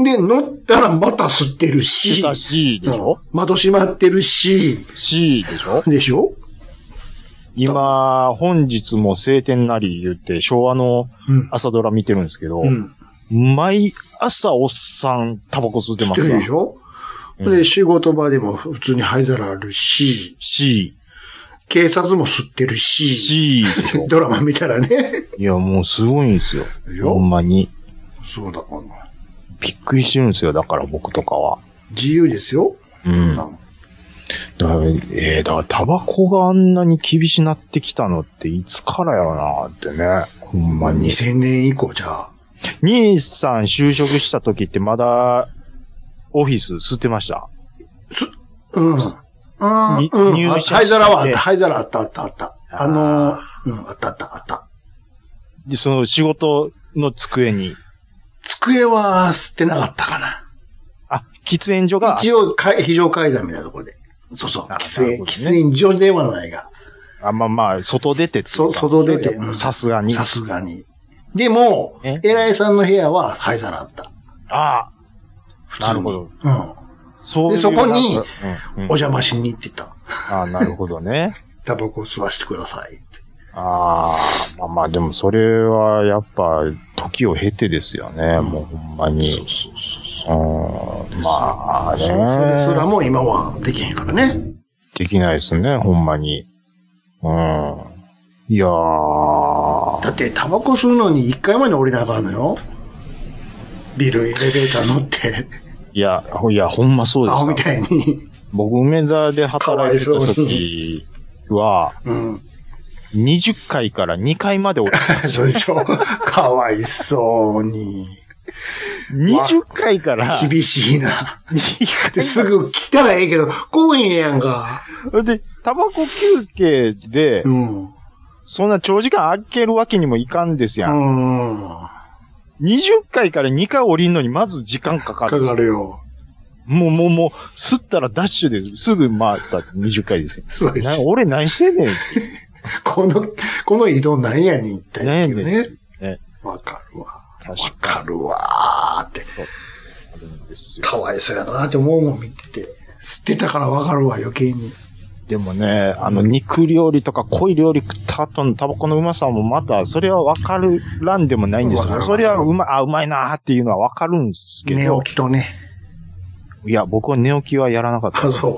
で、乗ったらまた吸ってるし。 吸ったし、でしょ、 うん、窓閉まってるし。 し、でしょでしょ今、本日も晴天なり言って昭和の朝ドラ見てるんですけど、うん、毎朝おっさんタバコ吸ってますよ。 吸ってるでしょ、うん、で、仕事場でも普通に灰皿あるし、 し、 警察も吸ってるし、 し、 ドラマ見たらね。 いや、もうすごいんですよ。ほんまに。 そうだもん。 びっくりしてるんですよ、だから僕とかは。 自由ですよ。 うん。だから、えー、だからタバコがあんなに厳しなってきたのっていつからやなってね。ほんまに。 にせんねん以降じゃあ。 兄さん就職した時ってまだオフィス吸ってました？ す、うん。うん。うん。入社灰皿はあった、灰皿あった、あった、あった。あのー、うん、あった、あった、あった。 で、その仕事の机に。 机は吸ってなかったかな。 あ、喫煙所が。 一応、非常階段みたいなところで。そうそう。喫煙、ね、喫煙所ではないが。 あ、まあまあ、外出てってそ、外出て。 さすがに。 さすがに。でも、偉いさんの部屋は灰皿あった。 ああ。 普通に。なるほど。 うん。そういう。 で、そこに、お邪魔しに行ってた。 ああ、なるほどね。 タバコ吸わせてくださいって。 ああ、まあまあ、でもそれはやっぱ、時を経てですよね、うん、もうほんまに。 そうそうそうそう。まあね。それすらも今はできへんからね。 できないですね、ほんまに。うん。いやー。 だって、タバコ吸うのに一回まで降りなあかんのよ。ビル、エレベーター乗って。 いや、いや、ほんまそうです。 アホみたいに。 僕、梅田で働いてた時は、うん。にじゅっかいからにかいまで降りた。 そうでしょ。かわいそうに。 にじゅっかいから。 厳しいな。すぐ来たらええけど、来へんやんか。 で、タバコ休憩で、うん、そんな長時間空けるわけにもいかんですやん。うん、にじゅっかいからにかい降りんのにまず時間かかる。 かかるよ。 もう、もう、もう、吸ったらダッシュですぐ回ったにじゅっかいですよ。そうです。俺何してんねん。 この、この移動何やねんって言うね。ね。わかるわ。わかるわーって。かわいそうやなって思うもん見てて。吸ってたからわかるわ、余計に。 でもね、あの、肉料理とか濃い料理食った後のタバコのうまさもまた、それはわかるらんでもないんですよ。それはうまい、あ、うまいなーっていうのはわかるんですけど。 寝起きとね。 いや、僕は寝起きはやらなかったです。 あ、そ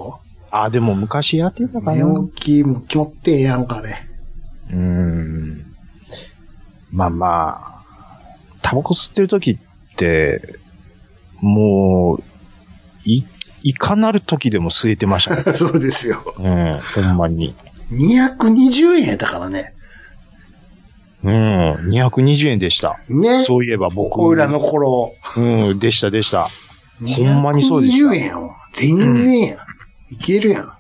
あ、でも昔やってたかな。 寝起きも決まってえやんかね。 うーん。まあまあ、タバコ吸ってる時って、もう、い、いかなる時でも吸えてましたね。 そうですよ。 うん、ほんまに。 にひゃくにじゅうえんやったからね。 うん、にひゃくにじゅうえんでした。 ね。 そういえば僕。 おいらの頃。 うん、でしたでした。ほんまにそうでした。 にひゃくにじゅうえんやん。全然やん。うん、いけるやん。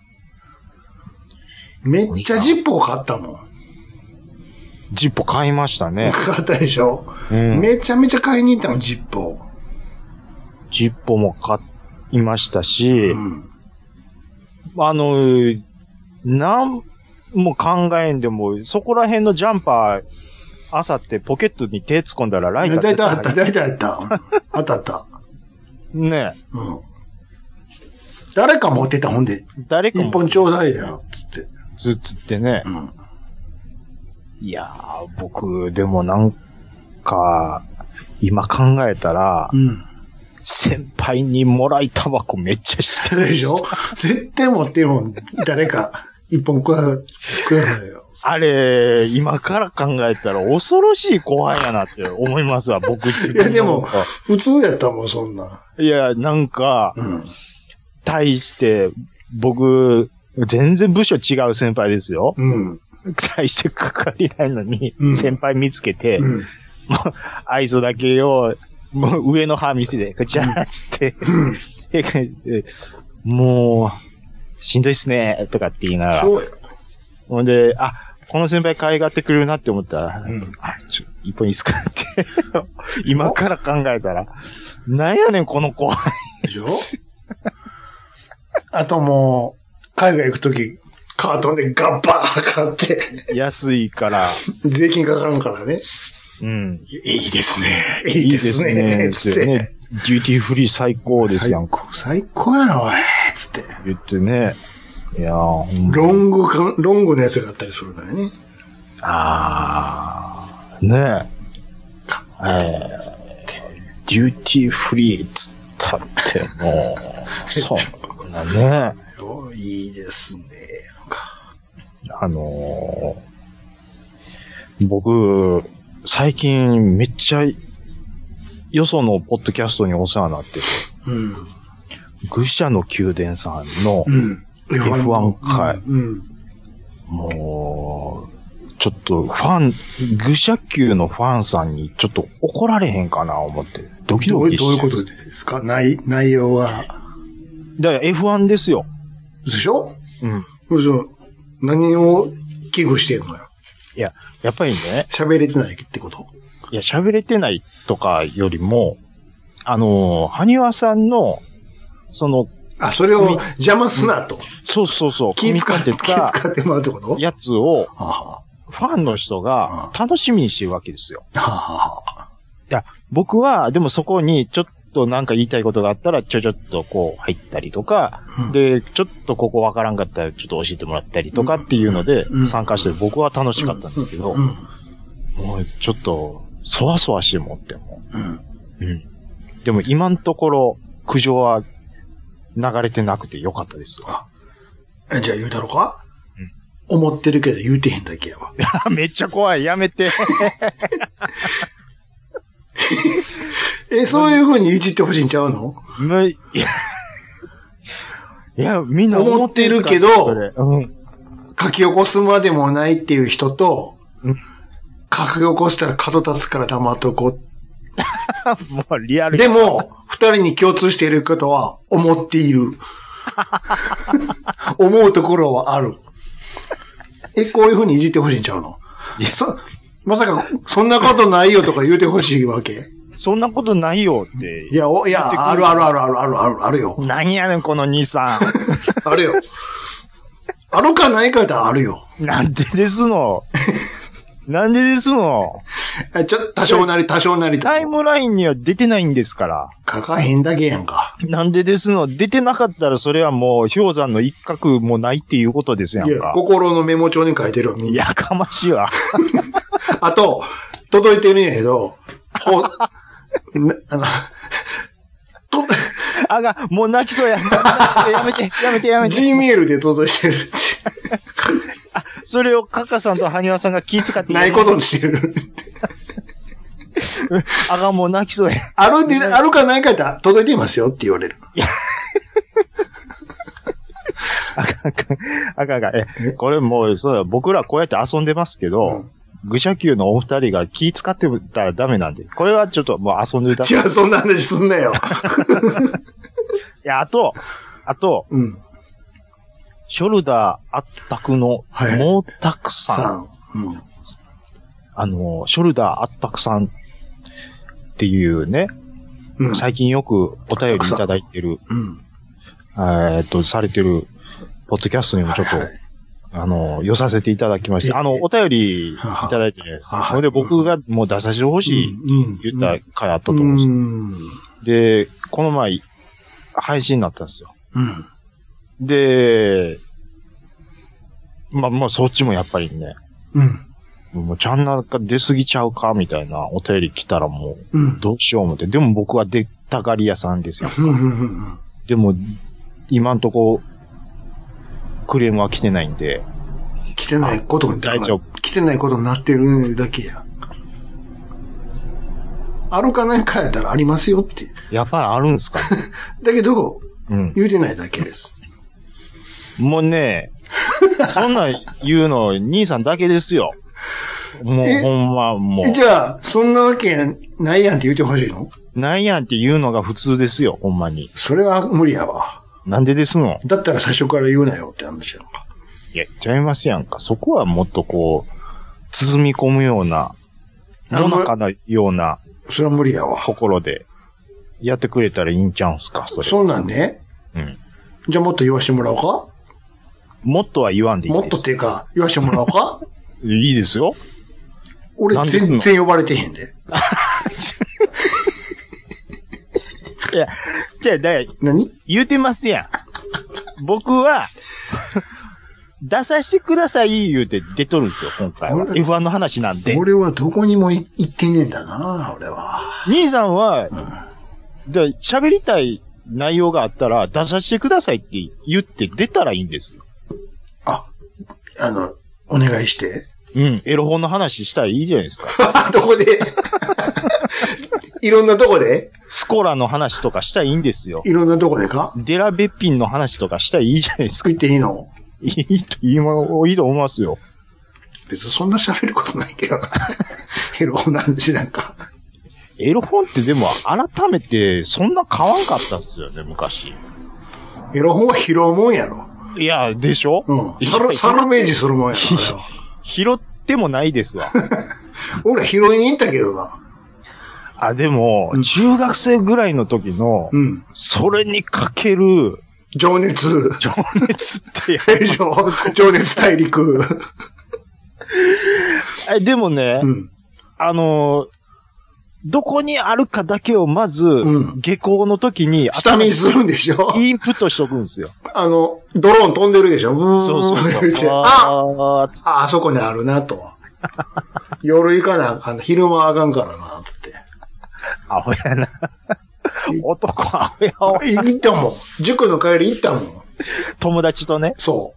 めっちゃジッポー買ったもん。 ジッポ買いましたね。 買ったでしょ、うん、めちゃめちゃ買いに行ったの、ジッポー。 ジッポも買いましたし、うん、あの、なんも考えんでも、そこら辺のジャンパー、朝ってポケットに手突っ込んだらライターだいたいあった、だいたいあった。あったあった。 ねえ。 うん。誰か持ってた、ほんで。 誰か一本ちょうだいだよ、つって。 ずつってね。うん。いやー、僕、でもなんか、今考えたら、うん。先輩にもらいタバコめっちゃしてるでしょ絶対持ってるもん。誰か、一本くわ、くわないよ。 あれ、今から考えたら恐ろしい後輩やなって思いますわ、僕自分。 いや、でも、普通やったもん、そんな。 いや、なんか、うん、対して、僕、全然部署違う先輩ですよ。うん。対してかかりないのに、うん、先輩見つけて、うん、もう、愛想だけを、もう上の歯見せて、こちらっつって、うん、もう、しんどいっすね、とかって言いながら。そうよ。ほんで、あ、この先輩可愛がってくれるなって思ったら、うん、あ、ちょ、一本いいっすかって今から考えたら、なんやねん、この後輩。 でしょあともう、海外行くとき、カートンでガッバー買って。 安いから。 税金かかるからね。 うん。 いいですね。いいですね。いいですね。 ね。デューティーフリー最高ですやんか。 最高やな、おい。つって。 言ってね。いやー、 ロングか、ロングのやつがあったりするからね。 あー。ねえ。えー、デューティーフリーっつったってもう、そうだね。 いいですね。なんかあのー、僕、最近めっちゃ、よそのポッドキャストにお世話になってて、うん、愚者の宮殿さんの エフワン 回、うんうん、もう、ちょっとファン、愚者級のファンさんにちょっと怒られへんかな思って、ドキドキしてどういうことですか？内、内容は。 だから エフワン ですよ。 でしょ？うん。そう何を危惧してんのよ。 いや、やっぱりね。 喋れてないってこと？ いや、喋れてないとかよりも、あの、はにわさんの、その、 あ、それを邪魔すなと。 そうそうそう。 気使って、気使ってもらうってことやつを、ファンの人が楽しみにしてるわけですよ。いや、僕は、でもそこにちょっとなんか言いたいことがあったら、ちょちょっとこう入ったりとか、うん、で、ちょっとここわからんかったらちょっと教えてもらったりとかっていうので参加してる僕は楽しかったんですけど、もうちょっと、そわそわしてもっても。うん。うん。でも今のところ、苦情は流れてなくてよかったです。 あ、じゃあ言うだろうか？うん。思ってるけど言うてへんだけやわ。 めっちゃ怖い。やめて。 え、そういう風にいじってほしいんちゃうの？ いや、いやみんな思ってるけど、うん、書き起こすまでもないっていう人と、うん、書き起こしたら角立つから黙っとこう。 もうリアル。 でも、二人に共通していることは思っている。思うところはある。え、こういう風にいじってほしいんちゃうの？そ、まさか、そんなことないよとか言うてほしいわけ？ そんなことないよって。 いや、お、いや、あるあるあるあるあるあるあるよ。 何やねん、この兄さん。 あるよ。あるかないかってあるよ。 なんでですの？なんでですの？ ちょっと多少なり多少なりタイムラインには出てないんですから。 書かへんだけやんか。 なんでですの？出てなかったらそれはもう氷山の一角もないっていうことですやんか。いや、 心のメモ帳に書いてるよ、みんな。やかましいわ。 あと、届いてるんやけど、ほ、なあの、と、 あが、もう泣きそうや。やめて、やめて、やめて。 G メールで届いてるって。 あ、それをカカさんとハニワさんが気遣ってないことにしてる。 あが、もう泣きそうや。 あるで、あるかないかって届いていますよって言われる。いや。 あかん、あかん、あかん、あかん。え、これもう、そうだ、僕らこうやって遊んでますけど、うん愚者級のお二人が気使ってたらダメなんで。これはちょっともう遊んでた。 じゃあそんな話すんなよ。 いや、あと、あと、 うん、 ショルダーあったくの、 はい、 モータクさん。 うん、 あの、ショルダーあったくさんっていうね、うん、最近よくお便りいただいてる、 うん、 えっと、されてる、ポッドキャストにもちょっと、はいはいあの、寄させていただきまして、あの、お便りいただいてね、それで僕がもう出させてほしい言った回あったと思うんですよ。で、この前、配信になったんですよ。 うん、 で、まあ、まあ、そっちもやっぱりね、 うん、 もうチャンネルが出過ぎちゃうかみたいなお便り来たらもう、どうしよう思って。でも僕は出たがり屋さんですよ。でも、今んとこ、クレームは来てないんで。 来てないことに、 大丈夫。 来てないことになってるだけや。あるかないかやったらありますよって。 やっぱりあるんすかだけど、 うん、 言うてないだけです。 もうね、そんな言うの、兄さんだけですよ。もうほんま、もう。 じゃあ、そんなわけないやんって言うてほしいの？ ないやんって言うのが普通ですよ、ほんまに。 それは無理やわ。 なんでですの？ だったら最初から言うなよって話やんか。 いや、ちゃいますやんか。そこはもっとこう、包み込むような、もなかのような、 それは無理やわ。 心で、やってくれたらいいんちゃうんすか、それ。 そうなんね。 うん。 じゃあもっと言わしてもらおうか？ もっとは言わんでいいです。 もっとっていうか、言わしてもらおうか？ いいですよ。 俺全然呼ばれてへんで。 いや、じゃあ、だ何言うてますやん。僕は、出させてください言うて出とるんですよ、今回は。エフワン の話なんで。 俺はどこにも行ってねえんだな、俺は。 兄さんは、うん、で喋りたい内容があったら、出させてくださいって言って出たらいいんですよ。 あ、あの、お願いして。 うん、エロ本の話したらいいじゃないですか。 どこでいろんなとこでスコラの話とかしたらいいんですよ。 いろんなとこでかデラベッピンの話とかしたらいいじゃないですか。 言っていいの？ いいと、いいいいと思いますよ。 別にそんな喋ることないけど。エロ本の話なんか。 エロ本ってでも改めてそんな買わんかったっすよね、昔。 エロ本は拾うもんやろ。 いや、でしょ？ うん。サル、サルベージするもんやろ。 拾ってもないですわ。 俺拾いに行ったけどな。 あ、でも、うん、中学生ぐらいの時の、 うん、 それにかける、 情熱。 情熱ってやつ。情熱大陸。 え、でもね、 うん、 あの、どこにあるかだけをまず、 うん、 下校の時に、 下見するんでしょ？ インプットしとくんですよ。 あの、ドローン飛んでるでしょ？うーん。 そうそうそう。 あああ、あそこにあるなと。夜行かな、あの、昼間あかんからな、つって。 アホやな。男アホやわ。 行ったもん。塾の帰り行ったもん。 友達とね。 そう。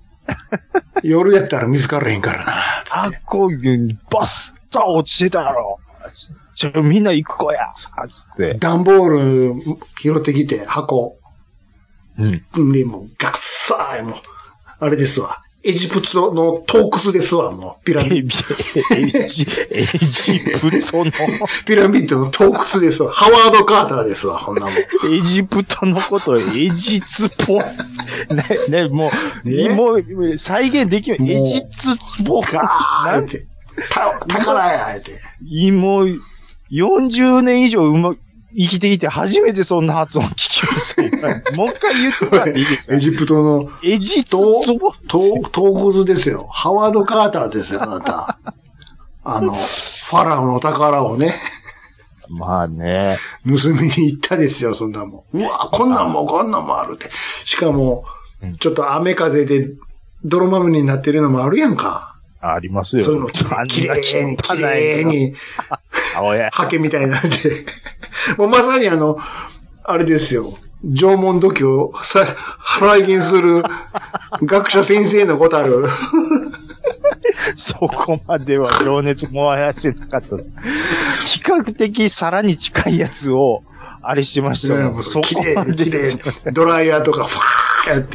夜やったら見つからへんからな、つって。 あ、こういう、バスタ落ちてたやろ。ちょ、みんな行く子や。つって。 段ボール拾ってきて、箱。 うん。 で、もう、ガッサーもう、あれですわ。エジプトの洞窟ですわ、もう。ピラミッド。 エジ、エジプトの。 ピラミッドの洞窟ですわ。ハワード・カーターですわ、こんなもん。 エジプトのことエジツポ。ね、ね、もう、ね、もう、再現できない。エジツポか。なんて。宝や、あえて。 もう、よんじゅうねん以上うま、生きてきて初めてそんな発音聞きました。もう一回言ってもらっていいですか？ エジプトの。 エジプト洞窟ですよ。ハワード・カーターですよ、あなた。あの、ファラオの宝をね。 まあね。 盗みに行ったですよ、そんなもん。うわ、こんなんもこんなんもあるって。しかも、ちょっと雨風で泥まみれになってるのもあるやんか。 ありますよ。 そういうのきれいに、きれいに、ハケみたいなんで。もうまさにあの、あれですよ。 縄文土器を再現する学者先生のことある。 そこまでは情熱燃やしてなかったです。比較的さらに近いやつを、あれしてましたよ。そこまでですよね。 ドライヤーとかファーやって。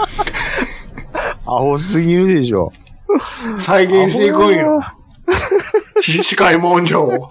青すぎるでしょ。 再現していくんよ。視界文書を。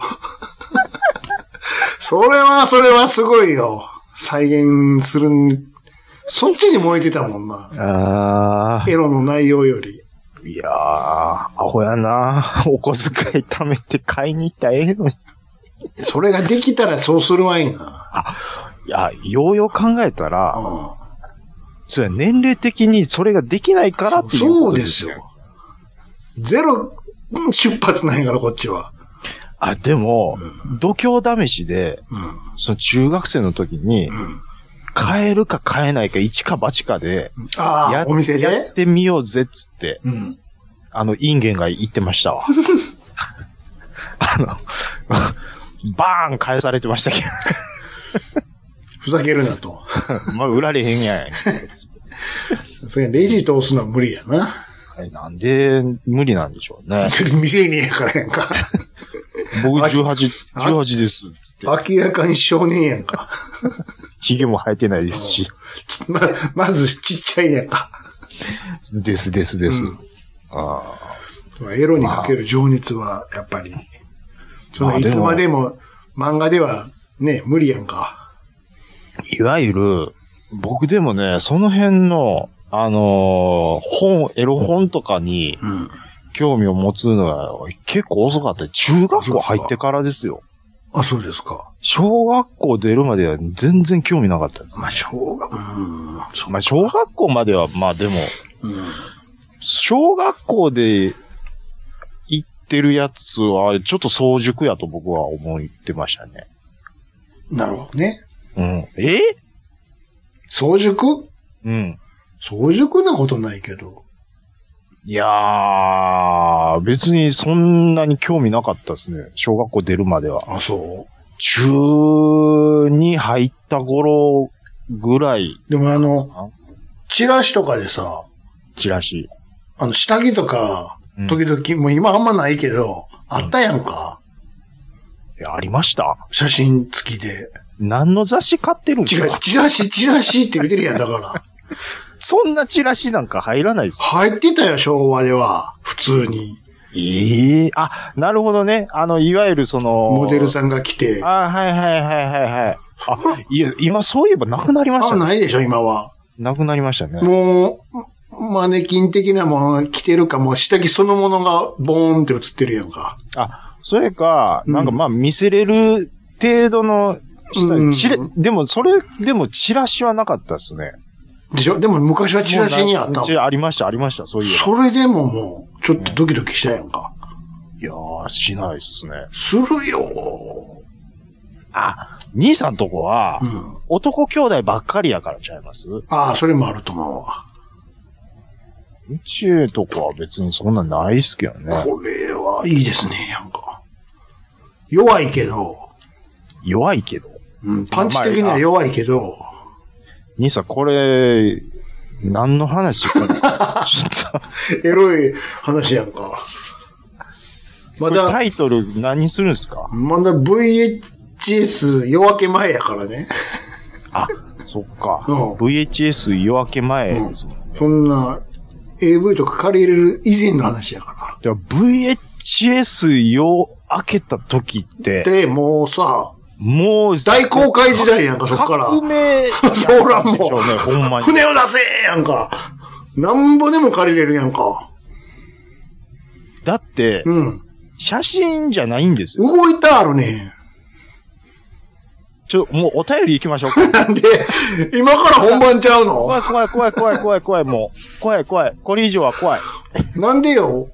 それは、それはすごいよ。再現するん、そっちに燃えてたもんな。あエロの内容より。 いやー、アホやな。お小遣い貯めて買いに行ったらええのに。 それができたらそうするわいな。 あ、いや、ようよう考えたら、うん、それは年齢的にそれができないからっていうことですよ。そうですよ。ゼロ出発なんやから、こっちは。 あ、でも、うん、度胸試しで、うん、その中学生の時に、うん、買えるか買えないか一か八かで、 あやお店でやってみようぜっつって、うん、あの、インゲンが言ってましたわ。あの、バーン返されてましたけど。 ふざけるなと。 まあ、売られへんやん。 それレジ通すのは無理やな。 はい、なんで無理なんでしょうね。 未成年やからやんか。 僕じゅうはち、じゅうはちです。つって。明らかに少年やんか。 髭も生えてないですし。 ま、まずちっちゃいやんか。 ですですです。うん、 あエロにかける情熱は、やっぱり、そのいつまでも漫画ではね、無理やんか。 いわゆる、僕でもね、その辺の、あのー、本、エロ本とかに、興味を持つのが結構遅かった。中学校入ってからですよ。 あ、そうですか。 小学校出るまでは全然興味なかったです。 まあ、小学、うん。 まあ、小学校までは、まあでも、うん、小学校で行ってるやつは、ちょっと早熟やと僕は思ってましたね。 なるほどね。 うん。え早熟？ うん。 早熟なことないけど。 いやー、別にそんなに興味なかったですね。小学校出るまでは。 あ、そう中に入った頃ぐらい。 でもあの、チラシとかでさ。 チラシ。 あの、下着とか、時々、うん、もう今あんまないけど、あったやんか。 いや、ありました。 写真付きで。 何の雑誌買ってるんですか？ 違う、チラシ、チラシって見てるやん、だから。 そんなチラシなんか入らないですよ。 入ってたよ、昭和では。普通に。 ええー、あ、なるほどね。あの、いわゆるその。 モデルさんが来て。 あ、はいはいはいはいはい。あ、いや、今そういえばなくなりましたね。あ、ないでしょ、今は。 なくなりましたね。 もう、マネキン的なものが着てるか、もう下着そのものがボーンって映ってるやんか。 あ、それか、なんかまあ見せれる程度の、うん、チラでもそれ、でもチラシはなかったですね。 でしょ？でも昔はチラシにあったもん。 ありました、ありました、そういう。 それでももう、ちょっとドキドキしたやんか。 うん、いやー、しないっすね。 するよ。 あ、兄さんとこは、うん、男兄弟ばっかりやからちゃいます？ ああ、それもあると思うわ。 うちとこは別にそんなないっすけどね。 これはいいですね、なんか。弱いけど。 弱いけど。 うん、パンチ的には弱いけど。 兄さん、これ、何の話かなちょっと。エロい話やんか。 まだ。タイトル何するんですか？ まだ ブイエイチエス 夜明け前やからね。 あ、そっか。うん、ブイエイチエス 夜明け前ですもんね、 うん。そんな エーブイ とか借りれる以前の話やから。 ブイエイチエス 夜明けた時って。 で、もうさ、 もう、 大航海時代やんか、そっから。 革命。 そうらんもう。 ね、ほんまに。 船を出せやんか。なんぼでも借りれるやんか。 だって、うん。写真じゃないんですよ。 動いたあるね。 ちょ、もうお便り行きましょうか。 なんで、今から本番ちゃうの？ 怖い怖い怖い怖い怖い怖い、もう。怖い怖い。これ以上は怖い。 なんでよ。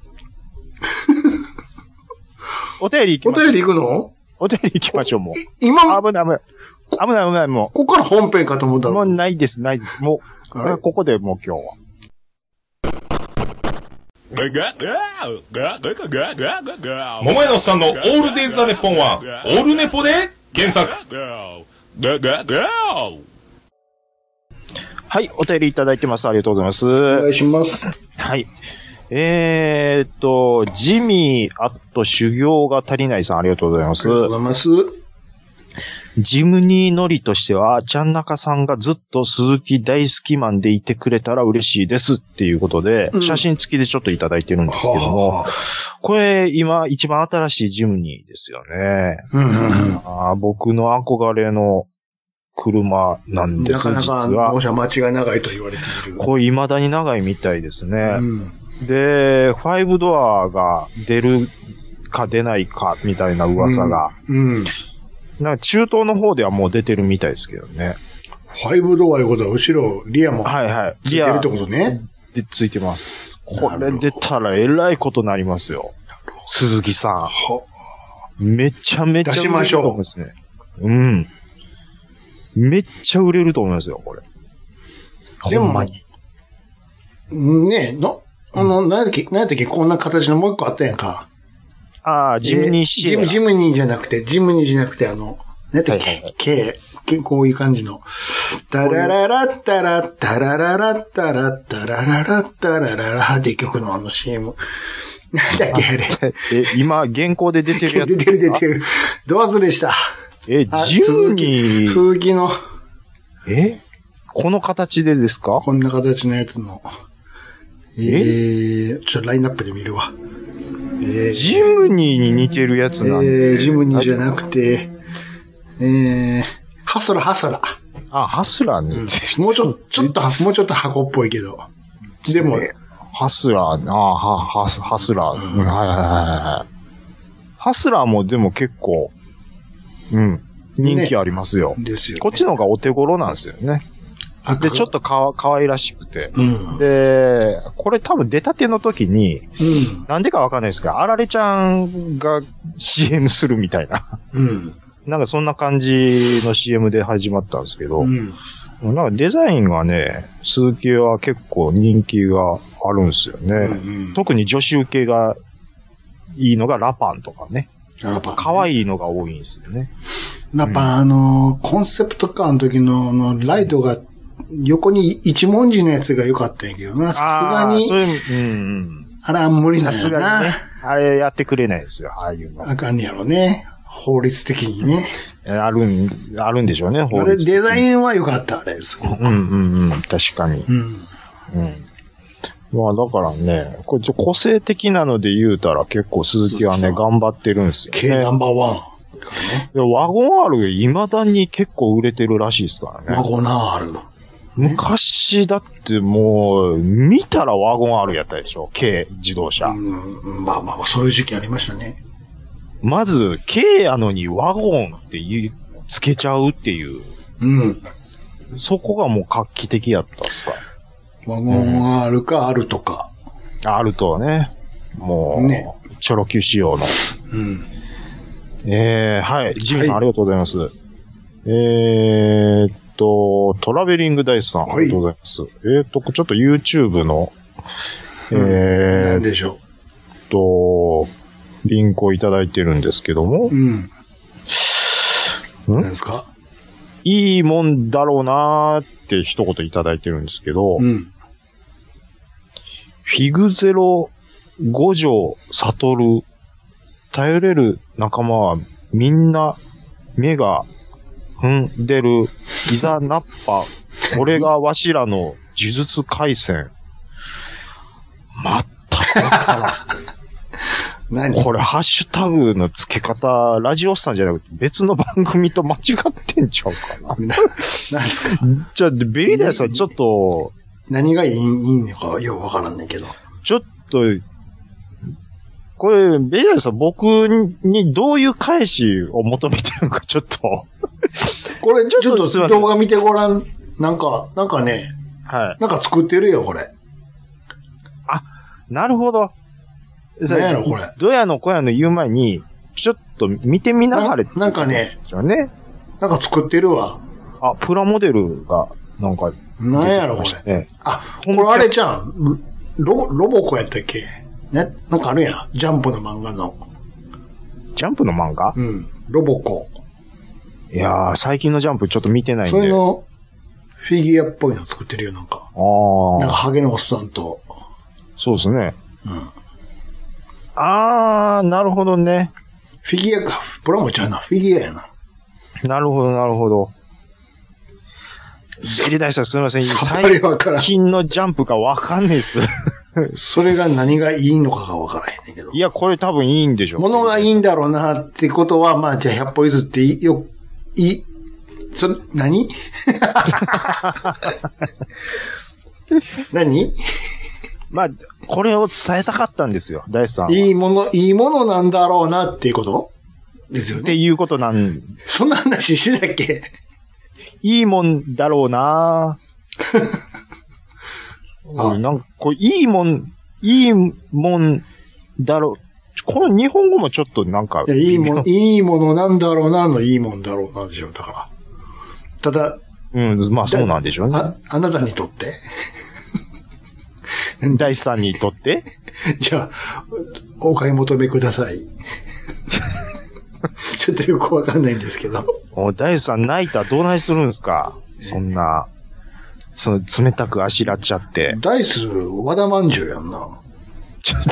お便り行きましょう。 お便り行くの？ お便り行きましょう、もう。 今危ない危ない。危ない危ない、もう。 ここから本編かと思ったの。 もうないです、ないです。もう、ここでもう今日は。 桃屋のおっさんのオールデイズ・ザ・ネッポンは、オールネポで検索。 はい、お便りいただいてます。ありがとうございます。 お願いします。 はい。えーっと、ジミー、あと修行が足りないさん、ありがとうございます。 ありがとうございます。 ジムニー乗りとしては、ちゃんなかさんがずっと鈴木大好きマンでいてくれたら嬉しいですっていうことで、うん、写真付きでちょっといただいてるんですけども、はあ、これ今一番新しいジムニーですよね。うんうんうん、あ僕の憧れの車なんです、 なかなか実は。 納車待ちが長いと言われている。 これ未だに長いみたいですね。うん、で、ファイブドアが出るか出ないかみたいな噂が。うんうんなんか中東の方ではもう出てるみたいですけどね。 ファイブドアいうことは後ろ、リアも。 はいはい。 ついてるってことね。 で、ついてます。これ出たらえらいことになりますよ。鈴木さん。はめちゃめちゃ売れると思いますね。うん。めっちゃ売れると思いますよ、これ。 でも、ほんまに。ねえ、の、あの、なんだっけ、なんだっけ、こんな形のもう一個あったやんか。 ああ、ジムニーシエラ、 えー、ジム、ジムニーじゃなくて、ジムニーじゃなくて、あの、なんだっけ、K、K、こういう感じの。タラララッタラッタラララッタラッタラララッタラララって曲のあの シーエム。なんだっけ、あれ。 え、今、現行で出てるやつ出てる出てる。ど忘れした。 え、ジムニー。 鈴木の。 えこの形でですかこんな形のやつの。えー、ちょっとラインナップで見るわ。 えー、ジムニーに似てるやつなんで。 えー、ジムニーじゃなくて、えー、ハスラー、ハスラー。 あ、ハスラーね、 うん。もうちょっと、ちょっと、もうちょっと箱っぽいけど。でも、 ハスラー、ああ、は、ハス、ハスラーですね。うん、はいはいはいはい。ハスラーもでも結構、うん、人気ありますよ。 ね、ですよ、ね。 こっちの方がお手頃なんですよね。で、ちょっとかわ、かわいらしくて。うん、で、これ多分出たての時に、うん、なんでかわかんないですが、あられちゃんが シーエム するみたいな。うん、なんかそんな感じの シーエム で始まったんですけど、うん、なんかデザインがね、鈴木は結構人気があるんですよね。うんうん、特に女子受けがいいのがラパンとかね。ラパン、ね。可愛いのが多いんですよね。 ラパン、うん、あの、コンセプトカーの時の、あの、ライトが、横に一文字のやつが良かったんやけどな。さすがに。 あ, うんうん、 あれは無理なんやな。 さすがにね。あれやってくれないですよ、ああいうの。 あかんねやろね。法律的にね。 あるん、あるんでしょうね、法律的に。 あれデザインは良かった、あれ、すごく。 うんうんうん、確かに。うん。うん。まあだからね、これちょ個性的なので言うたら結構鈴木はね、頑張ってるんですよね。 K ナンバーワン。 ワゴン R 未だに結構売れてるらしいですからね。 ワゴン R の。 昔だってもう、見たらワゴン R やったでしょ ?K 自動車。うん、 まあまあ、そういう時期ありましたね。 まず、K やのにワゴンって言う、つけちゃうっていう。うん。そこがもう画期的やったっすか。 ワゴン R か R とか。 R とはね。もう、ね、チョロ Q 仕様の。うん。えー、はい。ジミーさん、はい、ありがとうございます。えー、と、トラベリングダイスさん、ありがとうございます。はい、えっと、ちょっと YouTube の、うん、えー、 何でしょう。と、リンクをいただいてるんですけども。うん。ん何ですか？ いいもんだろうなーって一言いただいてるんですけど、うん。フィグゼロ五条悟る、頼れる仲間はみんな目が踏んでる、いざナッパ、これがわしらの呪術回戦。まったくわからん。何これ、ハッシュタグの付け方、ラジオスさんじゃなくて別の番組と間違ってんちゃうかな。な、 なんですか？ じゃあ、ベリーダイさん、ちょっと。 何がいい、いいのかよくわからんねんけど。 ちょっと、これ、ベリーダイさん、僕にどういう返しを求めてるのか、ちょっと。 これ、ちょっと動画見てごらん。なんか、なんかね。 はい。 なんか作ってるよ、これ。 あ、なるほど。 何やろ、これ。 どやのこやの言う前に、ちょっと見てみながら。 な, なんかね。 ね。 なんか作ってるわ。 あ、プラモデルが、なんか、 何やろ、これ。ね、あ、これあれじゃん。ロ、ロボコやったっけね、なんかあるやん。ジャンプの漫画の。 ジャンプの漫画？ うん。ロボコ。 いやー、最近のジャンプちょっと見てないんで。 それの、 フィギュアっぽいの作ってるよ、なんか。 ああ。 なんかハゲのおっさんと。 そうですね。 うん。 ああ、なるほどね。 フィギュアか。プラモちゃうな。フィギュアやな。 なるほど、なるほど。ベリダイさんすみません。 さっぱりわからん。 最近のジャンプがわかんないっす。 それが何がいいのかがわからへんねんけど。 いや、これ多分いいんでしょ。 物がいいんだろうなってことは、まあ、じゃあひゃっぽ譲っていい、よ、いい、それ、何何まあ、これを伝えたかったんですよ、大地さんは。 いいもの、いいものなんだろうなっていうことですよね。 っていうことなん。 そんな話してたっけ？ いいもんだろうなあなんか、これ、いいもん、いいもんだろう。この日本語もちょっとなんか。 いや、いいもん、いいものなんだろうなのいいもんだろうなでしょ、だから。ただ、 うん、まあそうなんでしょうね。 あ、あなたにとって大地さんにとってじゃあ、お買い求めください。ちょっとよくわかんないんですけど。 お大地さん泣いたらどうないするんですかそんな、その冷たくあしらっちゃって。 ダイス、和田まんじゅうやんな。 ちょっ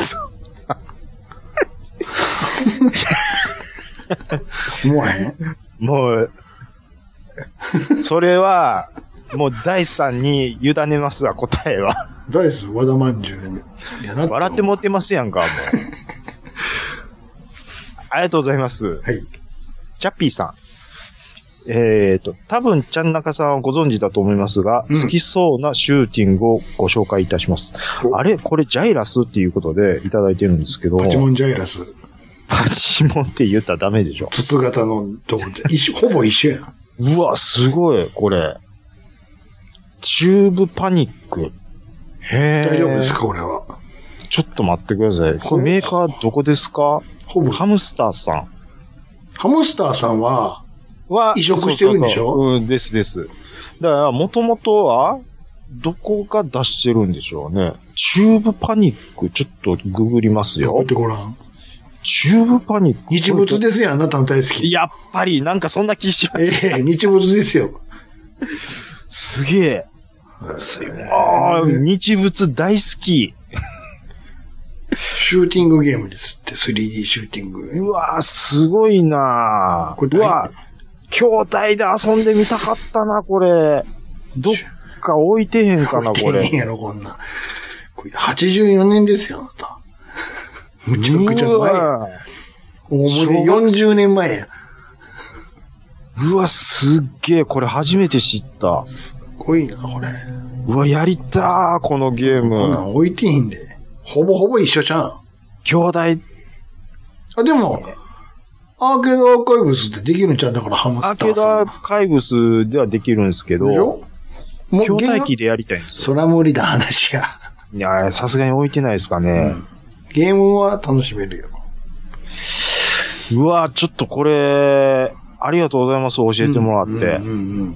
と。思わへんもう、それは、もう大地さんに委ねますわ、答えは。 ダイス、和田まんじゅうやなって。 笑ってもってますやんか、もう。ありがとうございます。 はい。 チャッピーさん。えっと、多分、ちゃんなかさんはご存知だと思いますが、うん、好きそうなシューティングをご紹介いたします。あれこれジャイラスっていうことでいただいてるんですけど。 パチモンジャイラス。 パチモンって言ったらダメでしょ。 筒型のとこで。一緒、ほぼ一緒やん。 うわ、すごい、これ。チューブパニック。へー。 大丈夫ですか、これは。 ちょっと待ってください。これメーカーどこですか？ほぼ。ハムスターさん。 ハムスターさんは、 は、 移植してるんでしょ？ そうそうそううん、ですです。だから、もともとは、どこが出してるんでしょうね。チューブパニック、ちょっとググりますよ。 ググってごらん。 チューブパニック。 日物ですよ、あなたの大好き。 やっぱり、なんかそんな気します。 ええ、日物ですよ。 すげえ。すああ、日物大好き。 シューティングゲームですって、スリーディー シューティング。 うわー、すごいなー。うわ兄弟で遊んでみたかったな、これ。どっか置いてへんかな、これ。 置いてへんやろ、こんな。これはちじゅうよねんですよ、あなた。むちゃくちゃ前。大盛りよんじゅうねんまえや。 うわ、すっげえ、これ初めて知った。 すごいな、これ。 うわ、やりたー、このゲーム。 こんなん置いてへんで。ほぼほぼ一緒じゃん。 兄弟。 あ、でも、アーケードアーカイブスってできるんちゃうだからハムスターさん。 アーケードアーカイブスではできるんですけど、兄弟機でやりたいんですよ。 そら無理だ話が。 いや、さすがに置いてないですかね、うん。 ゲームは楽しめるよ。 うわ、ちょっとこれ、ありがとうございます。教えてもらって。うんうんうんうん、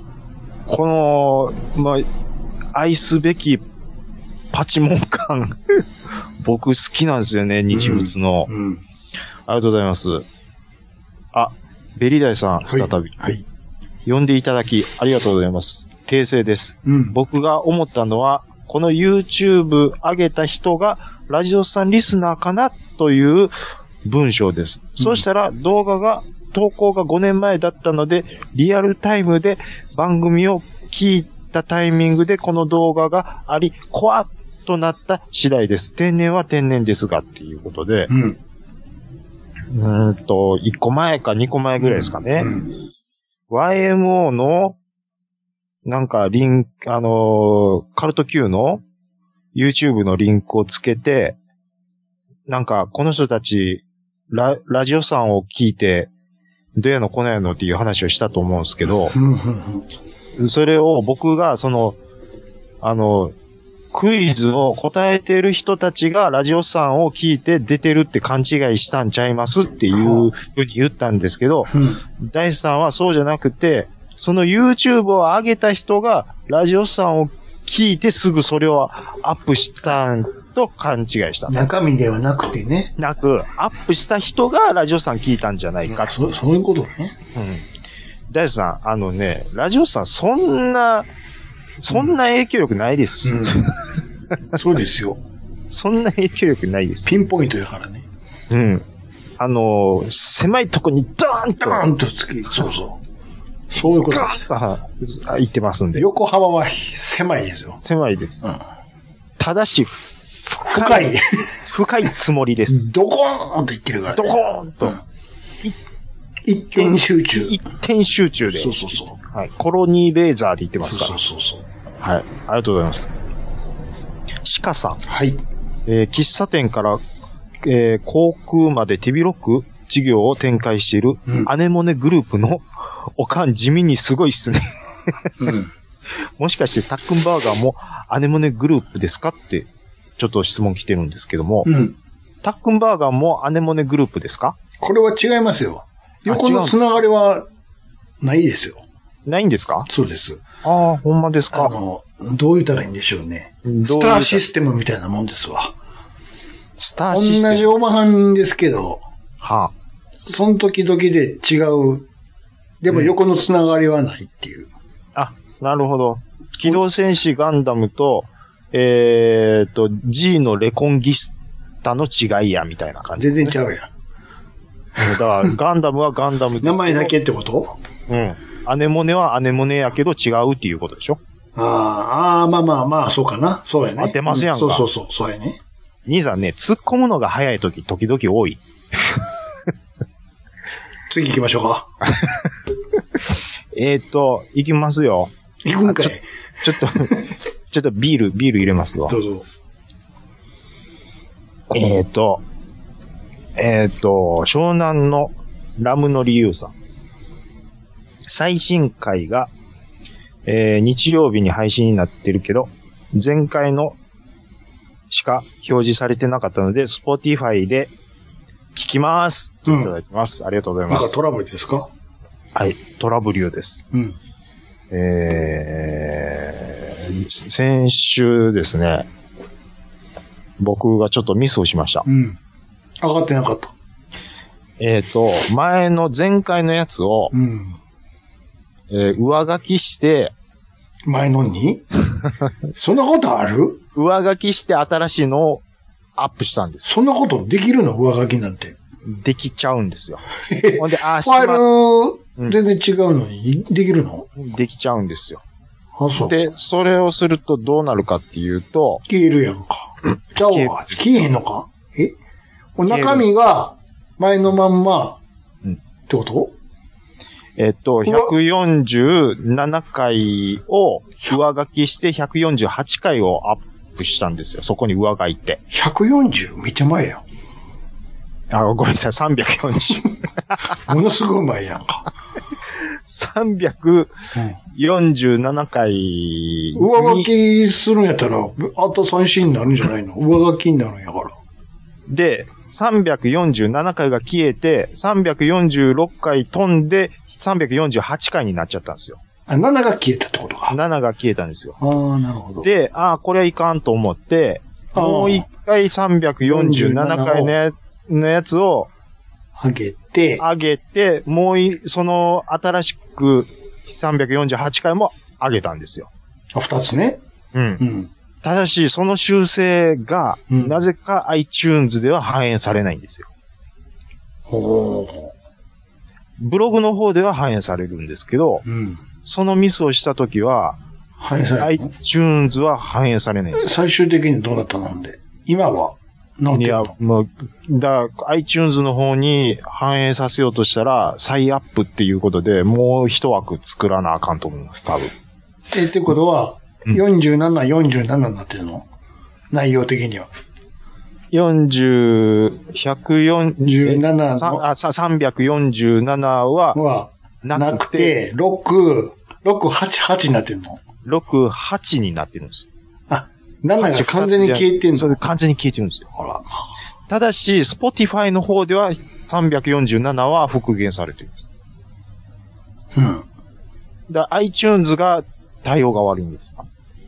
この、まあ、愛すべきパチモン感、僕好きなんですよね、日物の、うんうん。ありがとうございます。あ、ベリダイさん、再び、はいはい。呼んでいただき、ありがとうございます。訂正です。うん、僕が思ったのは、この YouTube 上げた人が、ラジオさんリスナーかなという文章です。うん、そうしたら、動画が、投稿がごねんまえだったので、リアルタイムで番組を聞いたタイミングでこの動画があり、コアとなった次第です。天然は天然ですが、っていうことで、うん、うーんと、いっこまえかにこまえぐらいですかね。うんうん、ワイエムオー の、なんかリンク、あのー、カルト Q の YouTube のリンクをつけて、なんかこの人たち、ラ、ラジオさんを聞いて、どやのこのやのっていう話をしたと思うんですけど、それを僕がその、あの、クイズを答えている人たちがラジオさんを聞いて出てるって勘違いしたんちゃいますっていうふうに言ったんですけど、大地さんはそうじゃなくて、その YouTube を上げた人がラジオさんを聞いてすぐそれをアップしたんと勘違いした。 中身ではなくてね。 なく、アップした人がラジオさん聞いたんじゃないか。 そ、そういうことね。 うん。大地さん、あのね、ラジオさんそんな、 そんな影響力ないです。 うん、そうですよ。 そんな影響力ないです。 ピンポイントやからね。 うん。あのー、狭いとこにドーンと。 ドーンとつき、そうそう。そういうことです。 ガーンと言ってますんで。 横幅は狭いですよ。 狭いです。うん、ただし、 深い。 深いつもりです。 ドコーンと言ってるからね。 ドコーンと。うん、 一点集中。 一点集中で。 そうそうそう。 はい。コロニーレーザーで言ってますから。 そうそうそうそう。 はい。ありがとうございます。鹿さん。 はい。 えー、喫茶店から、えー、航空まで手広く事業を展開している、うん、アネモネグループのおかん地味にすごいっすね。うん、もしかしてタックンバーガーもアネモネグループですかってちょっと質問来てるんですけども、うん、タックンバーガーもアネモネグループですか？ これは違いますよ。横のつながりはないですよ。 ないんですか？ そうです。 ああ、ほんまですか。 あの、どう言ったらいいんでしょうね。スターシステムみたいなもんですわ。 スターシステム。 同じおばはんですけど、 はあ、 その時々で違う。でも横のつながりはないっていう。うん、 あ、なるほど。機動戦士ガンダムと、えーと、G のレコンギスタの違いや、みたいな感じ、 ね。全然ちゃうやん。 だから、ガンダムはガンダムですけど。 名前だけってこと？ うん。アネモネはアネモネやけど違うっていうことでしょ？ ああ、まあまあまあ、そうかな。そうやね。 当てますやんか。 うん、そうそうそう、そうやね。 兄さんね、突っ込むのが早いとき、時々多い。 次行きましょうか。 えっと、行きますよ。 行くんかい。 ちょ、ちょっと、ちょっとビール、ビール入れますわ。 どうぞ。 えっと、えっと、湘南のラムの理由さん。最新回が、えー、日曜日に配信になってるけど、前回のしか表示されてなかったので、Spotify で聞きます。うん、いただいてます。ありがとうございます。 なんかトラブルですか？ はい、トラブルです。 うん。 えー、先週ですね、僕がちょっとミスをしました。 うん。上がってなかった。 えっと、前の前回のやつを、 うん、 えー、上書きして、 前のにそんなことある？ 上書きして新しいのをアップしたんです。 そんなことできるの？上書きなんて。 できちゃうんですよ。ほんで、あー、 ファイル、全然違うのに、できるの？ できちゃうんですよ。 あ、そう。 で、それをするとどうなるかっていうと、 消えるやんか。ちゃうわ。消えへんのか？え？中身が前のまんま、うん、ってこと？ えっと、ひゃくよんじゅうななかいを上書きしてひゃくよんじゅうはちかいをアップしたんですよ。そこに上書いて。 ひゃくよんじゅう? めっちゃ前やん。 あ、ごめんなさい、さんびゃくよんじゅう。ものすごい前やんか。 さんびゃくよんじゅうななかいに、 うん、上書きするんやったら、あと三振になるんじゃないの？上書きになるんやから。 で、さんびゃくよんじゅうななかいが消えて、さんびゃくよんじゅうろっかい飛んで、さんびゃくよんじゅうはちかいになっちゃったんですよ。 あ、ななが消えたってことか。 ななが消えたんですよ。 ああ、なるほど。 で、ああ、これはいかんと思って、もう一回さんびゃくよんじゅうななかいのやつ、のやつを、 上げて、 上げて、もうい、その、新しくさんびゃくよんじゅうはちかいも上げたんですよ。 あ、二つね。 うん。うん。ただし、その修正が、うん、なぜか iTunes では反映されないんですよ。 ほう。 ブログの方では反映されるんですけど、 うん、 そのミスをしたときは、 反映されるの？ iTunes は反映されないんですよ。 最終的にどうなったので今は直ってるの？いや、 もう、だから iTunes の方に反映させようとしたら、再アップっていうことで、もう一枠作らなあかんと思います、多分。 え、ってことは、よんじゅうなな、よんじゅうななになってるの？内容的には。 よんじゅう、ひゃくよんじゅうななのあ、さんびゃくよんじゅうななは、 は、なくて、ろく、ろく、はち、はちになってるの？ ろく、はち になってるんですよ。 あ、ななが完全に消えてんの？ それ完全に消えてるんですよ。 あら。 ただし、Spotify の方ではさんびゃくよんじゅうななは復元されてるんです。 うん。 だ iTunes が対応が悪いんですよ。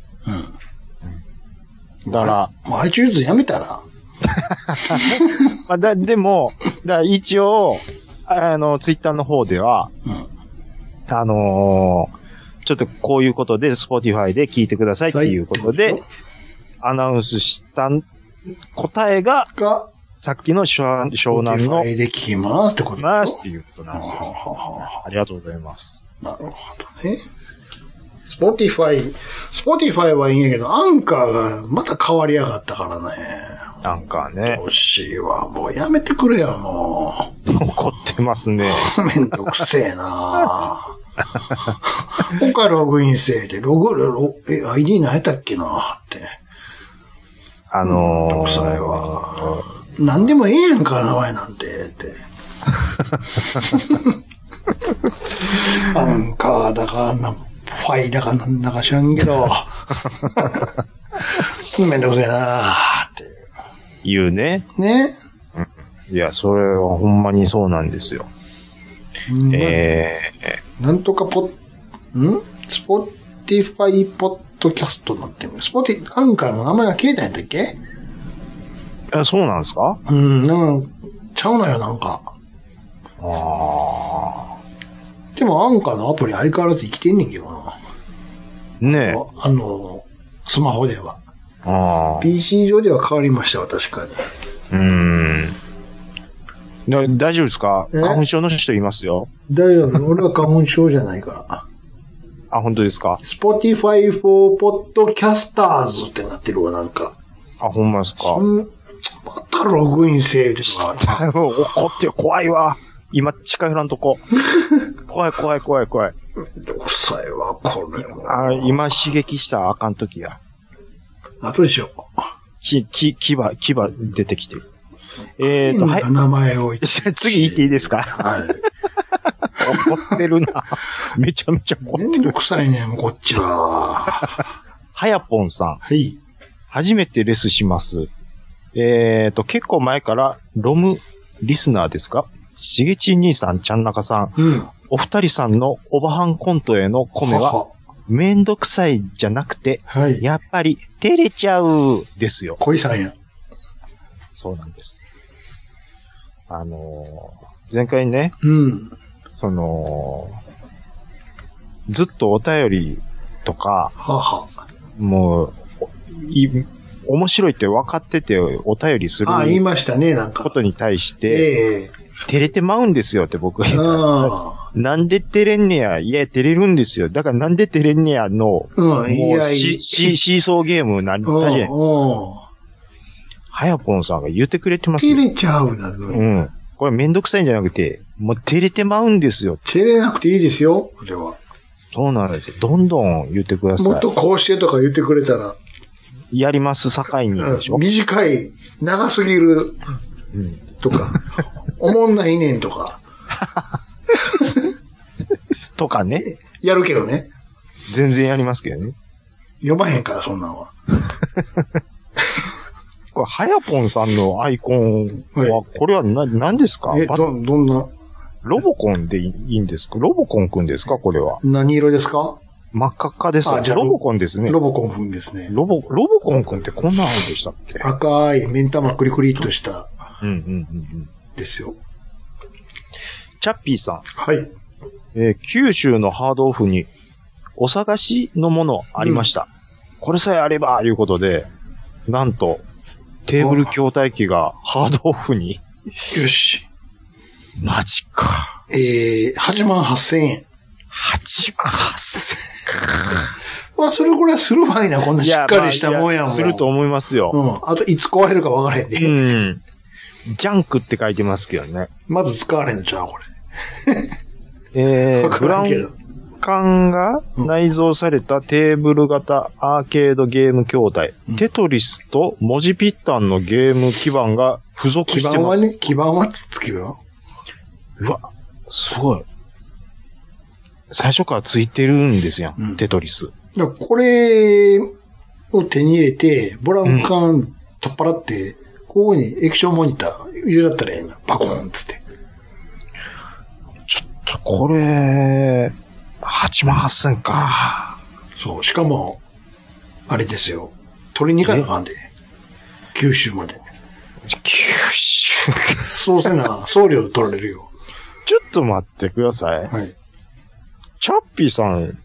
うん。 だから。 もう iTunes やめたらまあ、だ、でも、だ一応、あの、ツイッターの方では、 うん、 あのちょっとこういうことで、Spotify で聞いてくださいっていうことで、アナウンスした答えが、 が、 さっきの湘南の、 Spotify で聞きますってことますっていうことなんですよ。ありがとうございます。 なるほどね。Spotify、Spotify はいいんやけど、アンカーがまた変わりやがったからね。 アンカーね。 欲しいわ。もうやめてくれよ、もう。怒ってますね。 めんどくせえな他ログインせえで、ログ、ロえ、アイディー 何やったっけなって。 あのー、めんどくさいわ。何でもええやんか、名前なんて、って。アンカーだか、な、ファイだかなんだか知らんけど。めんどくせえなって言うね。 ね。 いや、それはほんまにそうなんですよ。うん、えー、なんとかポッ、んスポティファイポッドキャストになってる。スポティ、アンカーの名前が消えたんやったっけ？ え、そうなんですか？ うん、なんか、ちゃうのよ、なんか。 ああ。 でもアンカーのアプリ相変わらず生きてんねんけどな。 ねえ。 あの、スマホでは。 ああ。 ピーシー 上では変わりましたわ、確かに。 うーん。大丈夫ですか？花粉症の人いますよ。 大丈夫。俺は花粉症じゃないから。 あ、本当ですか？ Spotify for Podcasters ってなってるわ、なんか。 あ、ほんまですか？ またログインせえですわ。 怒ってよ、怖いわ。今、近寄らんとこ。怖い怖い怖い怖い。 めんどくさいわ、これも。 あ、今刺激したらあかんときや。 後でしょ。 き、き、牙、牙出てきてる。えーと、はい。 名前を言って。 次言っていいですか？ はい。 怒ってるな。めちゃめちゃ怒ってる。 めんどくさいね、もうこっちは。 はやぽんさん。 はい。 初めてレスします。えーと、結構前からロムリスナーですか？しげち兄さん、ちゃんなかさん。 うん。 お二人さんのオバハンコントへのコメは、ははめんどくさいじゃなくて、はい、やっぱり照れちゃうですよ。 恋さんや。 そうなんです。あのー、前回ね、 うん。 その、ずっとお便りとか、 ははもう、い、面白いって分かっててお便りする。 あ、言いましたね、なんか。 ことに対して、 ええー、照れてまうんですよって僕が言ったら。なんで照れんねや、いや、照れるんですよ。だからなんで照れんねやの、 うん、 もういやシ、シ、シーソーゲームになったじゃん。はやぽんさんが言ってくれてますよ。 照れちゃうなの。 うん。これめんどくさいんじゃなくて、もう照れてまうんですよ。 照れなくていいですよ、これは。 そうなんですよ。どんどん言ってください。 もっとこうしてとか言ってくれたら。 やります、境にでしょ。 短い、長すぎる、とか、おもんないねんとか。 とかね。 やるけどね。 全然やりますけどね。 読まへんから、そんなんは。 これ、はやぽんさんのアイコンは、これはな、何ですか？ え、ど、どんなロボコンでいいんですか？ロボコンくんですか？これは。 何色ですか？ 真っ赤っかです。あ、じゃあロボコンですね。 ロボコンくんですね。 ロボ、ロボコンくんってこんなのでしたっけ？ 赤い、目ん玉クリクリっとした。 うんうんうんうん。 ですよ。 チャッピーさん。 はい。 えー、九州のハードオフにお探しのものありました。うん、これさえあれば、いうことで、なんと、テーブル筐体機がハードオフに。 よし。 マジか。 えー、はちまんはっせんえん。 はちまんはっせんえんか。 まあ、それぐらいするわいな、こんなしっかりしたもんやもん。 すると思いますよ。 うん。あと、いつ壊れるか分からへんで。 うん。ジャンクって書いてますけどね。 まず使われんのちゃう、これ。 えー、ブラウン管が内蔵されたテーブル型アーケードゲーム筐体、うん、テトリスと文字ピッタンのゲーム基板が付属してます。基板はね、基板はつくよ。 うわ、すごい。最初からついてるんですよ、うん、テトリス。 これを手に入れて、ブラウン管取っ払って、うん、ここに液晶モニター入れだったらええな。パコーンつって。 ちょっとこれ、はちまんはっせんか。 そう。しかも、あれですよ。取りに行かなあかんで。九州まで。 九州そうせな、送料取られるよ。 ちょっと待ってください。 はい。 チャッピーさん、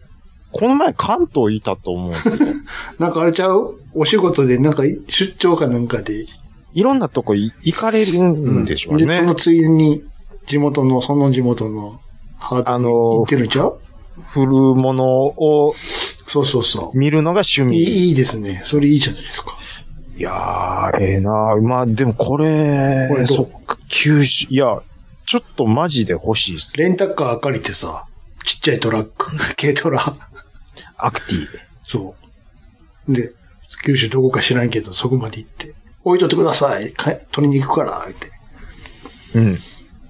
この前関東いたと思うんですよ。 なんかあれちゃうお仕事でなんか出張かなんかで。 いろんなとこ行かれるんでしょうね。うん、 で、そのついでに地元の、その地元のハードに行ってるんちゃう？ 古物を、 そうそうそう。 見るのが趣味。 いい、いいですね。それいいじゃないですか。 いやー、ええー、なー。まあでもこれ、 これどう？ そっか、九州、いや、ちょっとマジで欲しいっす。 レンタカー借りてさ、ちっちゃいトラック、軽トラ。 アクティ。 そう。で、九州どこか知らんけど、そこまで行って、置いとってください。取りに行くから、って。 うん。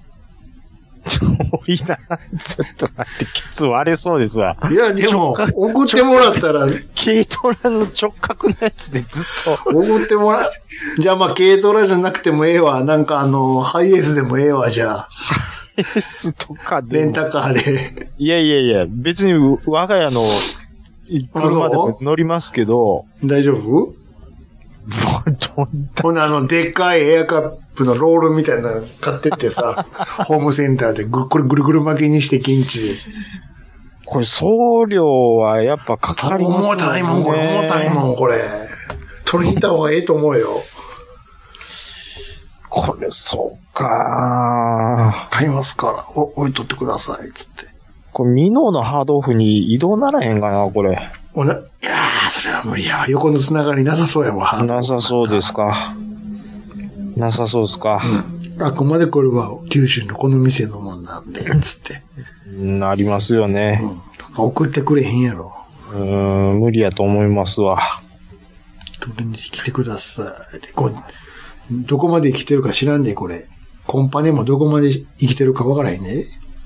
多いな。ちょっと待って、ケツ割れそうですわ。 いや、でも、送ってもらったら。 軽トラの直角のやつでずっと。 送ってもらう。じゃあまあ、軽トラじゃなくてもええわ。なんかあの、ハイエースでもええわ、じゃあ。 ハイエースとかで。 レンタカーで。 いやいやいや、別に我が家の車でも乗りますけど。 大丈夫？ほんであの、でっかいエアカップのロールみたいなの買ってってさ、ホームセンターでぐ、これぐるぐる巻きにして現地で。 これ送料はやっぱかかりますね。 重たいもん、これ、重たいもん、これ。取りに行った方がええと思うよ。 これ、そうか買いますから、お、置いとってください、つって。 これ、ミノのハードオフに移動ならへんかな、これ。 おな、いやー、それは無理やわ。横のつながりなさそうやもん、ハードオフ。 なさそうですか。なさそうですか。 うん。あくまでこれは九州のこの店のもんなんで、つって。 なりますよね。 うん。送ってくれへんやろ。 うーん、無理やと思いますわ。 取りに来てください。でこうどこまで生きてるか知らんで、これ。コンパネもどこまで生きてるかわからへんね。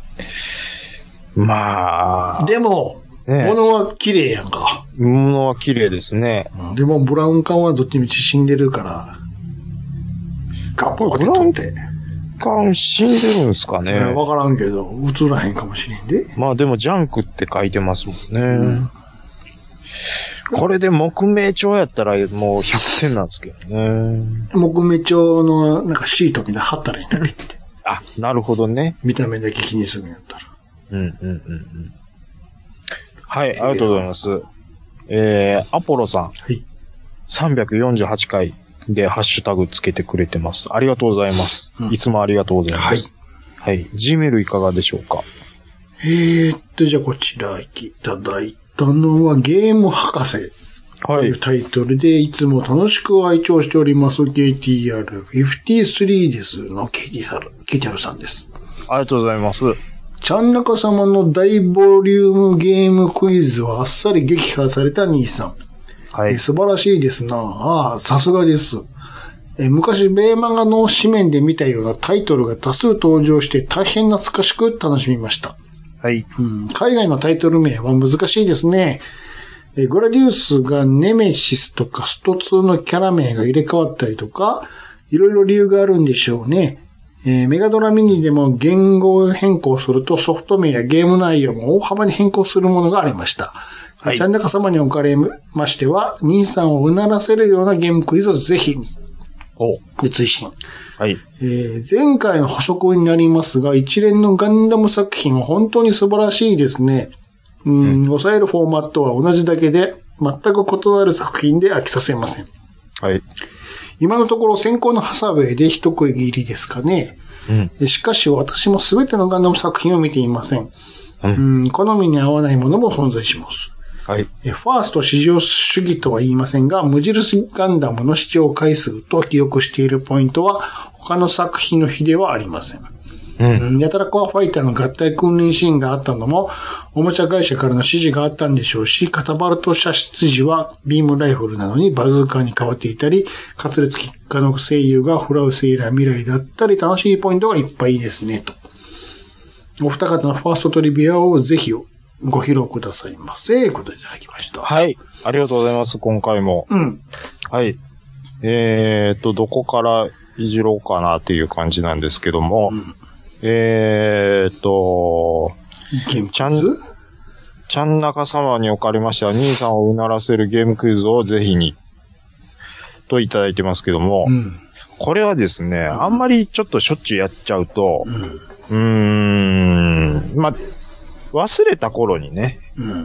まあ。 でも、ね、物は綺麗やんか。 物は綺麗ですね。 うん、でも、ブラウン管はどっちみち死んでるから、ガポって取って。 ブラウン管死んでるんですかね。 わからんけど、映らへんかもしれんで。 まあでも、ジャンクって書いてますもんね。うん、これで木目調やったらもうひゃくてんなんですけどね。 木目調のなんかシートみたいな貼ったらいいんだねって。 あ、なるほどね。 見た目だけ気にするんやったら。 うんうんうんうん。はい、ありがとうございます。えー、アポロさん。はい。さんびゃくよんじゅうはちかいでハッシュタグつけてくれてます。ありがとうございます。うん、いつもありがとうございます。はい。はい。G メールいかがでしょうか？ えーっと、じゃあこちらいただいたのはゲーム博士というタイトルで、いつも楽しく愛聴しております ケーティーアールごじゅうさん ですの ケーティーアール、ケーティーアール さんです。 ありがとうございます。 ちゃんなか様の大ボリュームゲームクイズをあっさり撃破された兄さん。はい。え素晴らしいですな。ああ、さすがです。え昔、米漫画の紙面で見たようなタイトルが多数登場して大変懐かしく楽しみました。はい、うん。海外のタイトル名は難しいですね。えグラディウスがネメシスとかストツーのキャラ名が入れ替わったりとか、いろいろ理由があるんでしょうね。えー、メガドラミニでも言語変更するとソフト名やゲーム内容も大幅に変更するものがありました。はい。ちゃんなか様におかれましては、兄さんをうならせるようなゲームクイズをぜひ。おで、追伸。はい。えー、前回の補足になりますが、一連のガンダム作品は本当に素晴らしいですね。うん、うん、抑えるフォーマットは同じだけで、全く異なる作品で飽きさせません。はい。今のところ先行のハサウェイで一区切りですかね。うん、しかし私も全てのガンダム作品を見ていません。うん、うん好みに合わないものも存在します。はい。ファースト至上主義とは言いませんが、無印ガンダムの視聴回数と記憶しているポイントは他の作品の比ではありません。うん、やたらコアファイターの合体訓練シーンがあったのも、おもちゃ会社からの指示があったんでしょうし、カタパルト射出時はビームライフルなのにバズーカーに変わっていたり、滑裂キッカーの声優がフラウセイラー未来だったり、楽しいポイントがいっぱいですね、と。お二方のファーストトリビアをぜひご披露くださいませ。ということでいただきました。 はい。ありがとうございます、今回も。うん。はい。えーと、どこからいじろうかなっていう感じなんですけども、うんえーと、ちゃん、ちゃんなか様におかれましては、兄さんをうならせるゲームクイズをぜひに、といただいてますけども、うん、これはですね、うん、あんまりちょっとしょっちゅうやっちゃうと、うん、うーん、ま、忘れた頃にね、うん、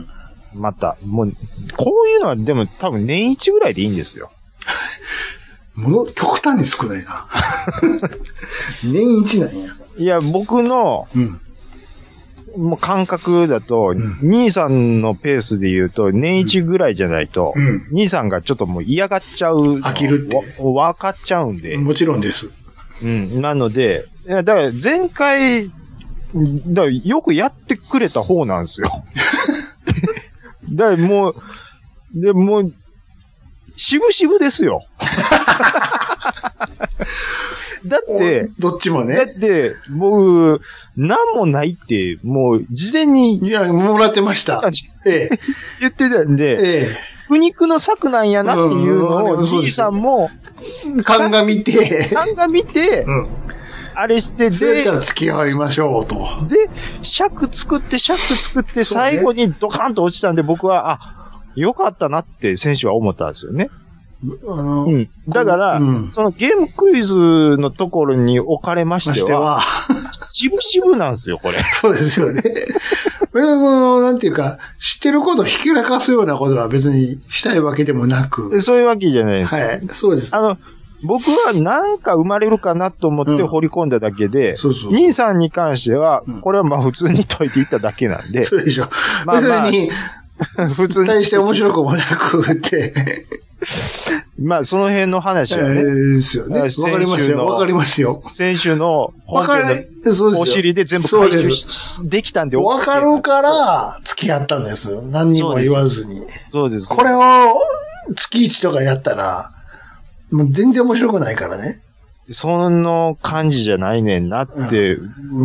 また。もう、こういうのはでも多分年一ぐらいでいいんですよ。 もの、極端に少ないな。年一なんや。 いや、僕の、うん、もう感覚だと、うん、兄さんのペースで言うと、年一ぐらいじゃないと、うん、兄さんがちょっともう嫌がっちゃう。 飽きるって。 わかっちゃうんで。 もちろんです。 うん。なので、いやだから前回、だからよくやってくれた方なんですよ。だからもう、で、もう、渋々ですよ。だって、 どっちもね。 だって、僕、なんもないって、もう、事前に。 いや、もらってました。 ええ、言ってたんで、ええ、苦肉の策なんやなっていうのを、兄さんも、 鑑みて、 鑑みて、うん、あれして、で、 それから付き合いましょうと。 で、尺作って、尺作って、最後にドカンと落ちたんで、僕は、あ、よかったなって選手は思ったんですよね。あのうん、だから、うん、そのゲームクイズのところに置かれましては、しぶしぶなんですよ、これ。 そうですよね。なんていうか、知ってることをひけらかすようなことは別にしたいわけでもなく。 そういうわけじゃないです。 はい、そうです。 あの、僕はなんか生まれるかなと思って掘り込んだだけで、うん、そうそう兄さんに関しては、これはまあ普通に解いていっただけなんで。 そうでしょ。まあまあ、別に、普通に。対して面白くもなくって。 まあ、その辺の話はね。 えー、ですよね。わかりますよ。わかりますよ。 先週の本編のお尻で全部回収できたんで。 わかるから付き合ったんですよ。何にも言わずに。 そうです。 これを月一とかやったら、もう全然面白くないからね。 その感じじゃないねんなって、うん、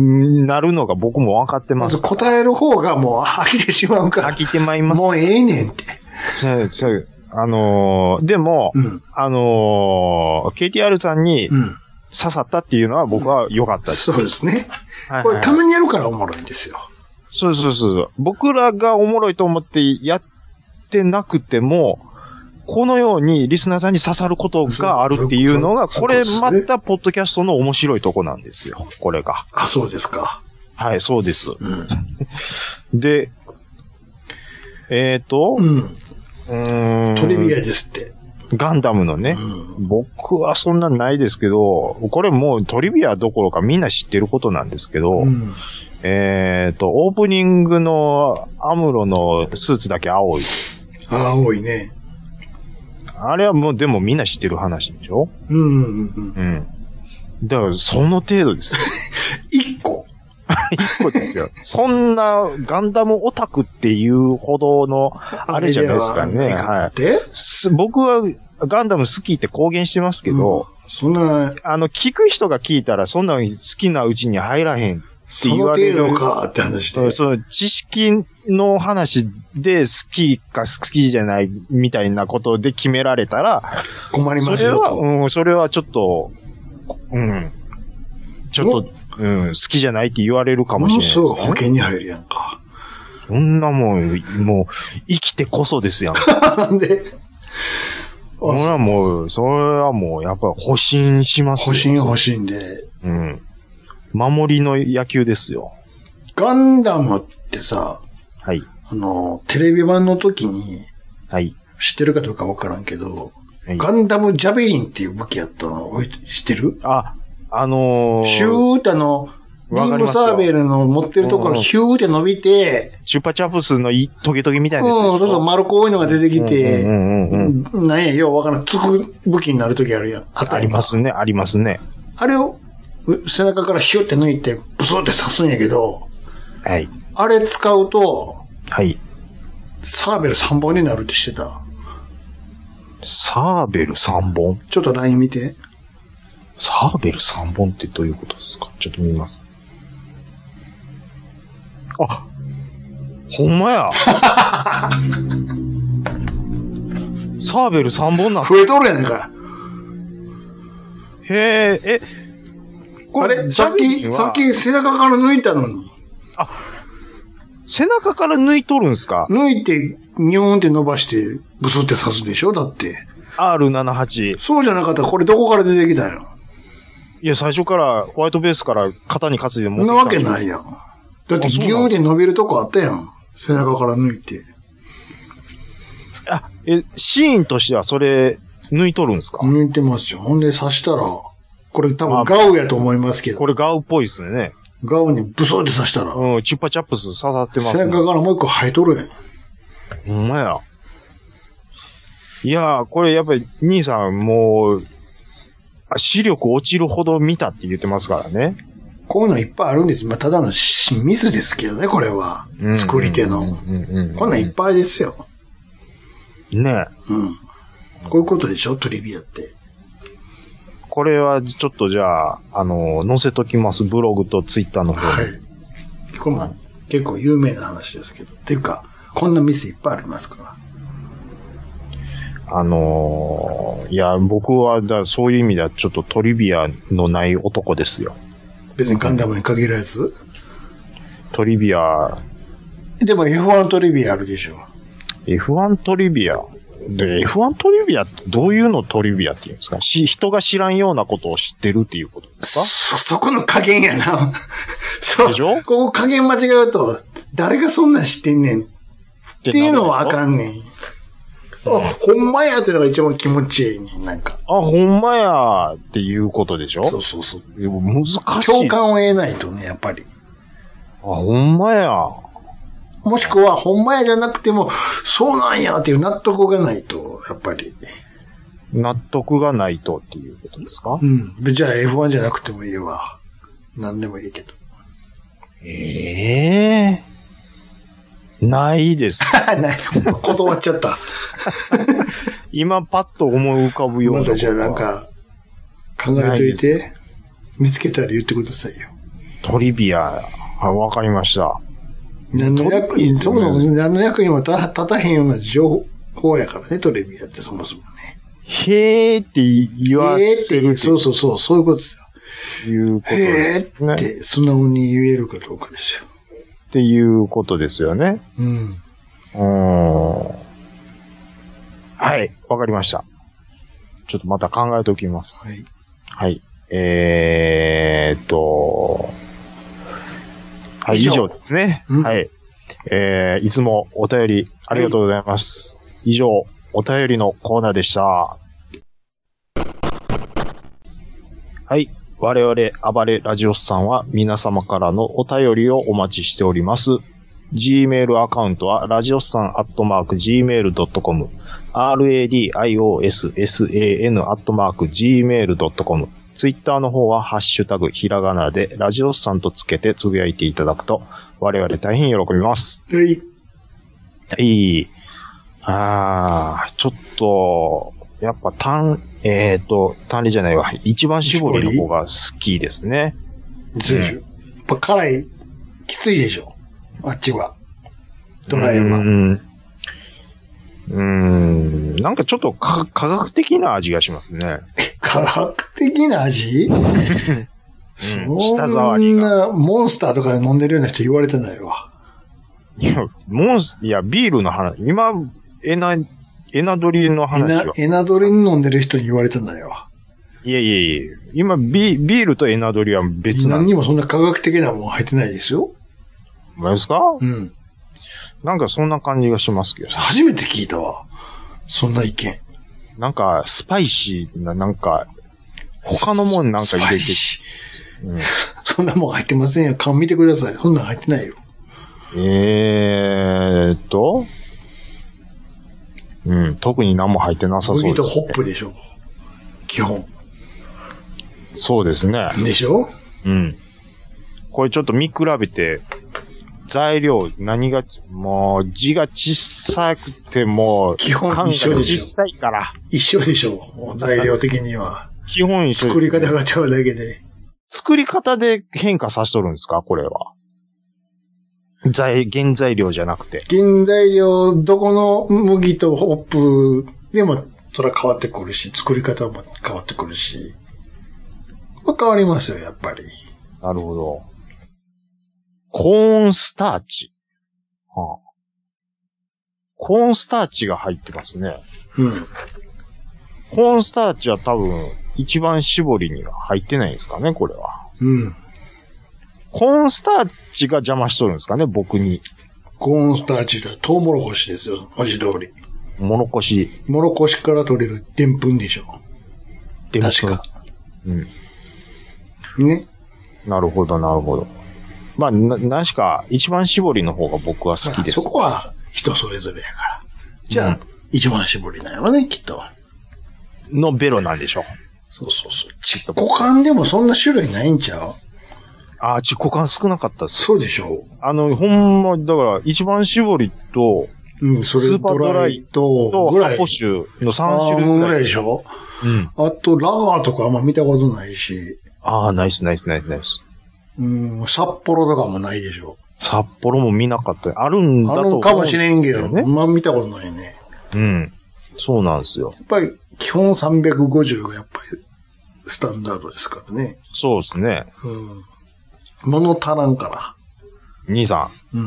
なるのが僕も分かってますから。 まず答える方がもう飽きてしまうから。 飽きてまいります。 もうええねんって。 そう、そう。あのー、でも、うん、あのー、ケーティーアール さんに刺さったっていうのは僕は良かったです、 うん。そうですね。はいはいはい、これたまにやるからおもろいんですよ。 そうそうそうそう。僕らがおもろいと思ってやってなくても、このようにリスナーさんに刺さることがあるっていうのが、これまたポッドキャストの面白いとこなんですよ。これが。 あ、そうですか。 はい、そうです。うん、で、えっ、ー、と、 うんうーんトリビアですって。 ガンダムのね、うん。僕はそんなんないですけど、これもうトリビアどころかみんな知ってることなんですけど、うん、えっと、オープニングのアムロのスーツだけ青い。 青いね。 あれはもうでもみんな知ってる話でしょ？ うんうんうん。 うん。だからその程度ですよ。 一個。 一個ですよ。そんなガンダムオタクっていうほどのあれじゃないですかね。はい。僕はガンダム好きって公言してますけど、うん、 そんな、 あの、聞く人が聞いたらそんな好きなうちに入らへんって言われる。 その程度かって話で。 その知識の話で好きか好きじゃないみたいなことで決められたら、 困りますよと。 それは、うん、それはちょっと、うん、ちょっと、うん、好きじゃないって言われるかもしれないですね。 そう、保険に入るやんか。 そんなもん、もう、生きてこそですやん。 なんでそれはもう、それはもう、やっぱ保身しますよ。 保身保身で。 うん。守りの野球ですよ。 ガンダムってさ、 はい。 あの、テレビ版の時に、 はい。 知ってるかどうかわからんけど、はい、ガンダムジャベリンっていう武器やったの知ってる？ あ、あのー、 シュータの、ビームサーベルの持ってるところヒューって伸びて、 チュッパチャプスのトゲトゲみたいなやつでしょ。 うん、そうそう、丸こういうのが出てきて、うんうんうん、なんや、ようわからん、つく武器になるときあるやん。 あ, ありますね、ありますね。 あれを、背中からヒューって抜いて、ブスって刺すんやけど、 はい。 あれ使うと、 はい。 サーベルさんぼんになるって知ってた？ サーベルさんぼん？ ちょっと ライン 見て。 サーベルさんぼんってどういうことですか？ちょっと見ます。あ、ほんまや。サーベルさんぼんなん増えとるやねんか。 へえ、え、 これ、さっき、さっき背中から抜いたのに。 あ、背中から抜いとるんすか？ 抜いて、ニョーンって伸ばして、ブスって刺すでしょ？だって。 アールななじゅうはち。 そうじゃなかったら、これどこから出てきたんや？ いや、最初から、ホワイトベースから肩に担いで持ってきた。 そんなわけないやん。だってギューンって伸びるとこあったやん。背中から抜いて。 あ、え、シーンとしてはそれ、抜いとるんですか？ 抜いてますよ。ほんで刺したら、これ多分ガウやと思いますけど。 これガウっぽいですね。 ガウにブソーって刺したら。 うん、チュッパチャップス刺さってますね。 背中からもう一個生えとるやん。 ほんまや。いやー、これやっぱり兄さんもう、視力落ちるほど見たって言ってますからね。 こういうのいっぱいあるんです。まあ、ただのミスですけどね、これは。作り手の。こんなんいっぱいですよ。 ねえ。うん。こういうことでしょ、トリビアって。 これはちょっとじゃあ、あの、載せときます。ブログとツイッターの方に。 はい。これも結構有名な話ですけど。っていうか、こんなミスいっぱいありますから。 あのー、いや、僕はだそういう意味ではちょっとトリビアのない男ですよ。 別にガンダムに限らずトリビア。 でも エフワン トリビアあるでしょ。 エフワン トリビア。で、エフワン トリビアってどういうのトリビアって言うんですか？し、人が知らんようなことを知ってるっていうことですか？ そ、そこの加減やな。そう。 でしょ？ ここ加減間違うと、誰がそんなん知ってんねんっていうのはあかんねん。あ、ほんまやってのが一番気持ちいいねん、なんか。 あ、ほんまやっていうことでしょ？ そうそうそう。 難しい。 共感を得ないとね、やっぱり。 あ、ほんまや。 もしくは、ほんまやじゃなくても、そうなんやっていう納得がないと、やっぱり。 納得がないとっていうことですか？ うん。じゃあ エフワン じゃなくてもいいわ。なんでもいいけど。 ええー。ないです。 ない。断っちゃった。 今パッと思い浮かぶような。 またじゃあなんか、考えといて、見つけたら言ってくださいよ。 トリビア。はい、わかりました。 何の役に、そもそも何の役にも立たへんような情報やからね、トリビアってそもそもね。 へーって言わせる。 そうそうそう、そういうことですよ。いうことですね。 へーって素直に言えるかどうかですよ。 っていうことですよね。 うん。 うーん。はい、わかりました。ちょっとまた考えておきます。 はい。 はい。えーっと、はい、以上ですね。うん、はい。えー、いつもお便りありがとうございます。はい、以上、お便りのコーナーでした。はい。我々、暴れラジオスさんは皆様からのお便りをお待ちしております。Gmail アカウントは、ラジオスさんアットマーク ジーメールドットコム、ラディオスサン アットマーク ジーメールドットコム、ツイッターの方は、ハッシュタグ、ひらがなで、ラジオスさんとつけてつぶやいていただくと、我々大変喜びます。 はい。 はい。あー、ちょっと、やっぱ単、えっと、単利じゃないわ。一番絞りの方が好きですね。 そうでしょ。やっぱ辛い、きついでしょ。あっちは。ドライは。うん。 うーん。なんかちょっとか科学的な味がしますね。 科学的な味、うん、 舌触りが。 そんなモンスターとかで飲んでるような人言われてないわ。 いや、モンス、いや、ビールの話、今、エナ、エナドリの話は。 エナ、エナドリに飲んでる人に言われてないわ。 いやいやいや、今ビ、ビールとエナドリは別なん何にもそんな科学的なもん入ってないですよ。 何ですか？ うん。 なんかそんな感じがしますけど。 初めて聞いたわ。そんな意見。 なんか、スパイシーな、なんか、他のもんなんか入れて。 うん、そんなもん入ってませんよ。缶見てください。そんなん入ってないよ。 えーっと。うん、特に何も入ってなさそうです、ね。 麦とホップでしょ。基本。 そうですね。 でしょ？ うん。これちょっと見比べて、材料、何が、もう、字が小さくても、 基本一緒でしょ。 小さいから。 一緒でしょ。材料的には。 基本一緒。 作り方が違うだけで。 作り方で変化させとるんですかこれは。材、原材料じゃなくて。 原材料、どこの麦とホップでも、それは変わってくるし、作り方も変わってくるし。変わりますよ、やっぱり。 なるほど。コーンスターチ。はあ、コーンスターチが入ってますね。 うん。 コーンスターチは多分、一番搾りには入ってないんですかね、これは。 うん。 コーンスターチが邪魔しとるんですかね、僕に。 コーンスターチだ。トウモロコシですよ、文字通り。 もろこし。 もろこしから取れるでんぷんでしょ。 でんぷん。 確か。 うん。 ね。 なるほど、なるほど。まあ、な、なしか、一番搾りの方が僕は好きです。 まあ、そこは人それぞれやから。じゃあ、うん、一番搾りなんやろね、きっと。 のベロなんでしょ。 そうそうそう。チッコ缶でもそんな種類ないんちゃう？ ああ、チッコ缶少なかったっす。 そうでしょう。 あの、ほんま、だから、一番搾りと、 うん、それスーパードライと、 と、ぐらい。発泡酒のさん種類ぐらいでしょ。うん。あと、ラガーとかあんま見たことないし。 ああ、ナイスナイスナイスナイス。 うん、札幌とかもないでしょ。 札幌も見なかった。あるんだと思うんですよね。あるかもしれんけど、 まあ見たことないね。 うん。そうなんですよ。 やっぱり、基本さんびゃくごじゅうがやっぱり、スタンダードですからね。 そうですね。 うん。物足らんから。 兄さん。うん。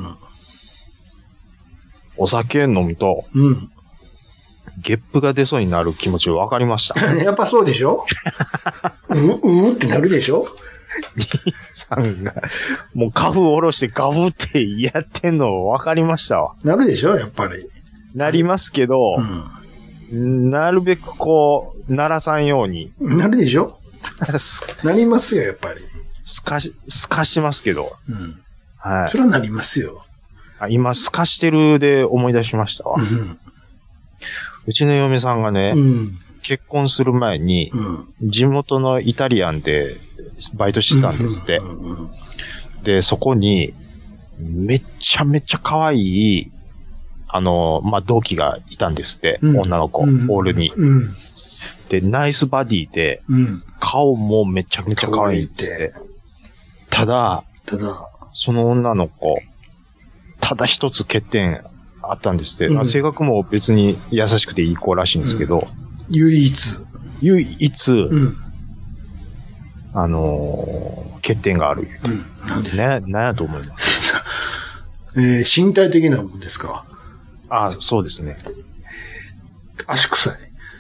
お酒飲むと、うん。ゲップが出そうになる気持ちわかりました。 やっぱそうでしょう、うんってなるでしょ兄さんが、もうカフ下ろしてガブってやってんのわかりましたわ。 なるでしょやっぱり。 なりますけど、うん、なるべくこう、鳴らさんように。 なるでしょなりますよ、やっぱり。 すかし、すかしますけど。うん。 はい。それはなりますよ。 あ、今、すかしてるで思い出しましたわ。うん。うちの嫁さんがね、うん、結婚する前に、うん、地元のイタリアンでバイトしてたんですって。うんうんうん、で、そこに、めちゃめちゃ可愛い、あの、まあ、同期がいたんですって、うん、女の子、うん、ホールに、うん。で、ナイスバディで、うん、顔もめちゃめちゃ可愛いって。ただ、 ただ、 その女の子、ただ一つ欠点あったんですって、うん、性格も別に優しくていい子らしいんですけど、うん、 唯一。 唯一、うん、あのー、欠点がある言うて。うん、なんでね、何やと思いますえー、身体的なもんですか？ ああ、そうですね。 足臭い。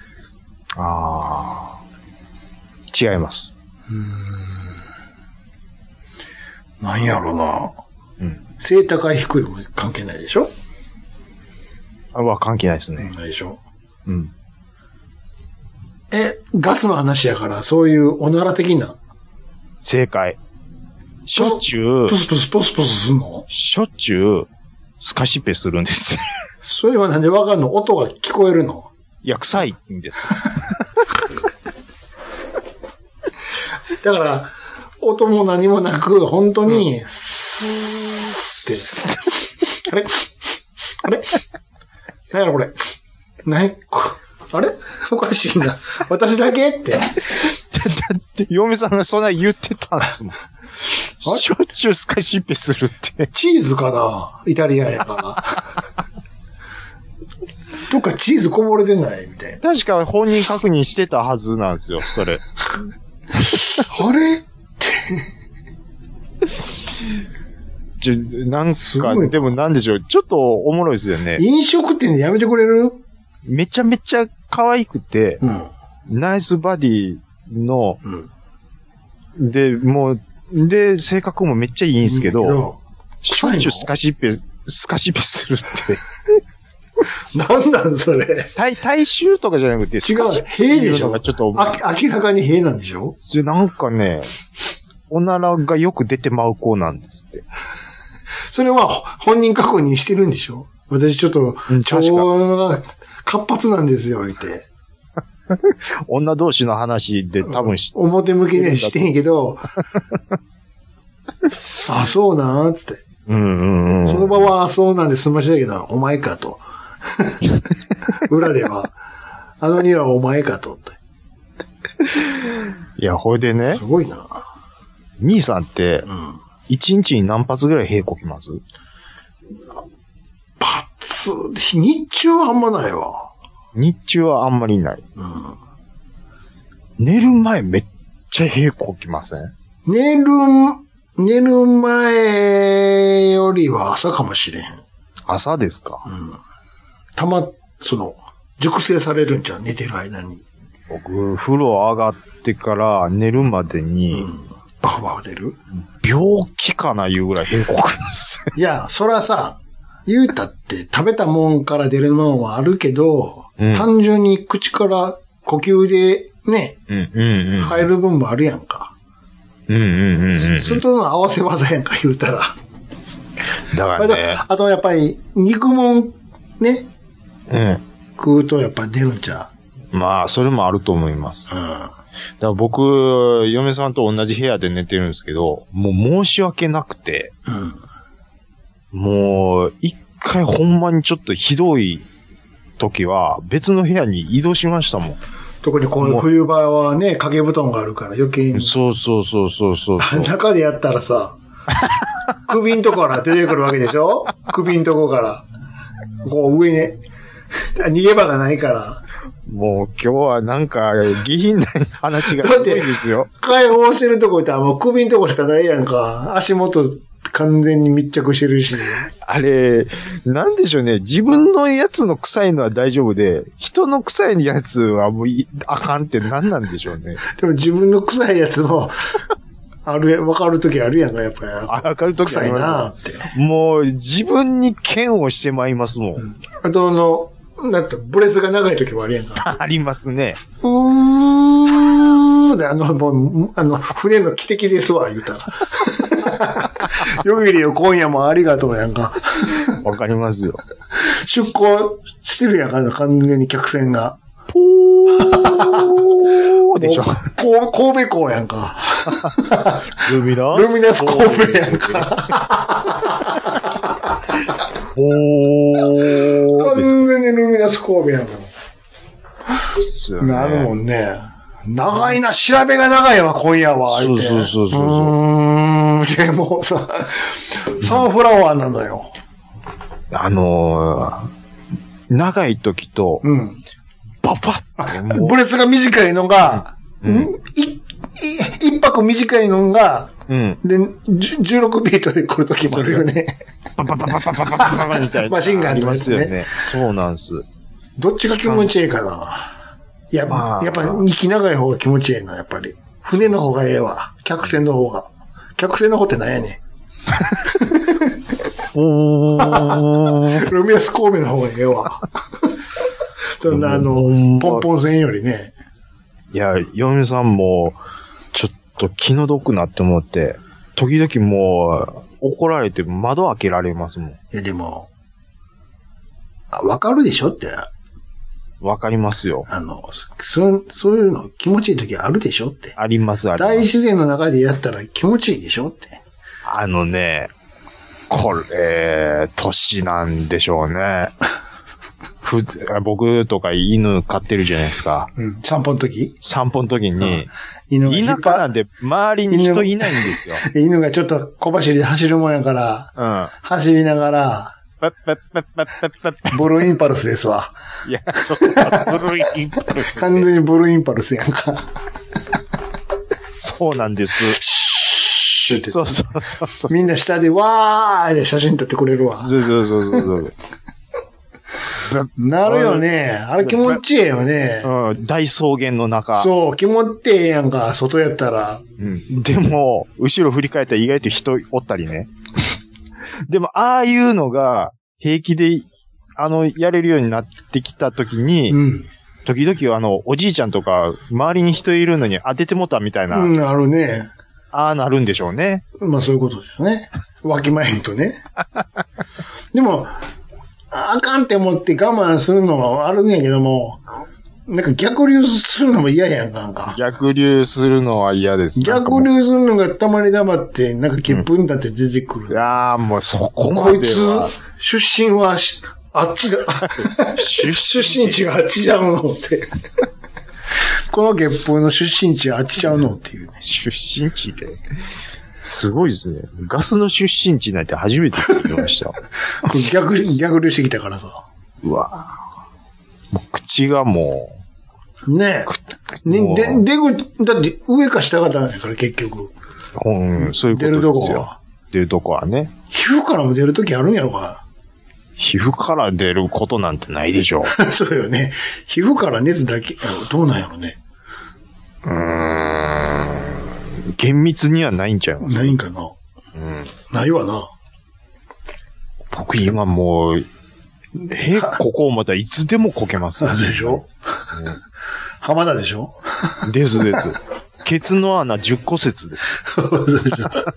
ああ。違います。うーん。なんやろな。うん。背高い低いも関係ないでしょ？ あ、は関係ないですね。 ないでしょ？うん。え、ガスの話やから、そういうおなら的な。 正解。しょっちゅう。 プスプスプスプスすんの？ しょっちゅう、スカシッペするんです。 それはなんでわかんの？音が聞こえるの？ いや、臭いんです。 だから、音も何もなく、本当に、スーって。あれあれ何やろこれ。何あれおかしいな。私だけって。だって、嫁さんがそんな言ってたんですもん。しょっちゅうスカシッペするって。 チーズかな？イタリアやから。どっかチーズこぼれてないみたいな。 確か本人確認してたはずなんですよ、それ。 あれって。 ちょ、なんか、でもなんでしょう、ちょっとおもろいですよね。 飲食店でやめてくれる？ めちゃめちゃ可愛くて、うん、ナイスバディの、うん、で、もう、で、性格もめっちゃいいんですけど、しょっちゅうスカシッペ、スカシッペするって。 なんなんそれ。 体、体臭とかじゃなくて、 違う、塀でしょ。 ちょっとあ、明らかに塀なんでしょ。 で、なんかね、おならがよく出てまう子なんですって。 それは本人確認してるんでしょ。私ちょっと、腸が活発なんですよ、言って。 女同士の話で多分知って表向きにはしてんけど、あ、そうなんつって。うんうんうん。その場は、あ、そうなんで済ましだけど、お前かと。裏では、あのにはお前かとって。 いや、ほいでね。 すごいな。 兄さんって、一、うん、日に何発ぐらい屁こきます？ 発、日中はあんまないわ。 日中はあんまりない。うん、寝る前めっちゃ屁こきません？ 寝る、寝る前よりは朝かもしれん。 朝ですか？うん。 たま、その、熟成されるんじゃん、寝てる間に。 僕、風呂上がってから寝るまでに、うん、 バフバフ出る？ 病気かないうぐらい屁こくんです。 いや、そらさ、 言うたって食べたもんから出るものはあるけど、うん、単純に口から呼吸でね、 うんうんうん、 入る分もあるやんか。 うんうんうんうん、 それとの合わせ技やんか、言うたら。 だからね。 あとやっぱり肉もんね、 うん、 食うとやっぱ出るんちゃう。まあ、それもあると思います。 うん、 だから僕、嫁さんと同じ部屋で寝てるんですけど、もう申し訳なくて、うん、もう、一回ほんまにちょっとひどい時は別の部屋に移動しましたもん。 特にこの冬場はね、掛け布団があるから余計に。 そうそうそうそうそうそう。 中でやったらさ、首んとこから出てくるわけでしょ？首んとこから。こう上に、逃げ場がないから。 もう今日はなんか、下品な話がすごいですよ。 解放してるとこいったらもう首んとこしかないやんか。足元完全に密着してるし。 あれ、なんでしょうね。自分のやつの臭いのは大丈夫で、人の臭いやつはもうあかんって何なんでしょうね。 でも自分の臭いやつも、ある、わかるときあるやんか、やっぱり。 わかるときあるなって。 もう自分に嫌悪してまいりますもん。うん、 あとあの、だってブレスが長いときもあるやんか。 ありますね。 うーん。で、あの、もう、あの、船の汽笛ですわ、言うたら。よぎりよ、今夜もありがとうやんか。 わかりますよ。 出港してるやんか、完全に客船が。 ポーでしょ。 神戸港やんか。 ルミナスルミナス神戸やんか。 おー。 完全にルミナス神戸やんか。 ですよね。 なるもんね。長いな、調べが長いわ、今夜は。 そうそうそうそう。うーん。でもさ、サンフラワーなのよ。 あのー、長い時と、 うん。 パパってもう。 ブレスが短いのが、うん、い、い、一泊短いのが、 うん。 で、じゅうろくビートで来る時もあるよね。 パパパパパパパパパみたいな。 マシンガンありますよね。 そうなんです。 どっちが気持ちいいかな。いや、まあ、やっぱ息長い方が気持ちいいな、やっぱり。船の方がええわ。客船の方が。客船の方って何やねん。 おー。 ルミナス神戸の方がええわ。そんな、あの、ポンポン船よりね。 いや、嫁さんも、ちょっと気の毒なって思って、時々もう、怒られて窓開けられますもん。いや、でも、わかるでしょって。 わかりますよ。 あの、そ、そういうの気持ちいい時あるでしょって。 あります、あります。 大自然の中でやったら気持ちいいでしょって。 あのね、これ、年なんでしょうね。ふ僕とか犬飼ってるじゃないですか。 うん。散歩の時散歩の時に、 うん、 田舎なんで周りに人いないんですよ。 犬, 犬がちょっと小走りで走るもんやから、 うん、 走りながら、 パッパッパッパッパッパッブルーインパルスですわ。 いや、そう、ブルーインパルス。 完全にブルーインパルスやんか。 そうなんです。そうそうそうそう。 みんな下でわーで写真撮ってくれるわ。 そうそうそうそう。 なるよね。あれ気持ちいいよね。 うん。大草原の中。 そう、気持ちいいやんか、外やったら。 うん。でも、後ろ振り返ったら意外と人おったりね。でも、ああいうのが、平気で、あの、やれるようになってきたときに、うん、時々あの、おじいちゃんとか、周りに人いるのに当ててもたみたいな。 うん、あるね。 ああ、なるんでしょうね。 まあ、そういうことですね。わきまえんとね。でも、あかんって思って我慢するのはあるんやけども、なんか逆流するのも嫌やんか、なんか。 逆流するのは嫌です。 逆流するのがたまり黙って、なんか結粉だって出てくる。うん、 いやーもうそこまでは。 こいつ、出身はし、あっちが、出身地があっちちゃうのって。この月風の出身地はあっちちゃうのっていうね。 出身地で。すごいですね。ガスの出身地なんて初めて聞きました。 逆、逆流してきたからさ。 うわもう口がもう。ねえ。ね、で、出口、だって上か下かだから結局。 うん、そういうことですよ。出るとこは。出るとこはね。 皮膚からも出るときあるんやろか。 皮膚から出ることなんてないでしょう。そうよね。皮膚から熱だけ、どうなんやろね。 うーん。厳密にはないんちゃうないんかな。 うん。 ないわな。 僕今もう、へ、ここをまたいつでもこけますよ、 ね。でしょ、うん、浜田でしょですです。ケツの穴じゅっこ説です。 そういう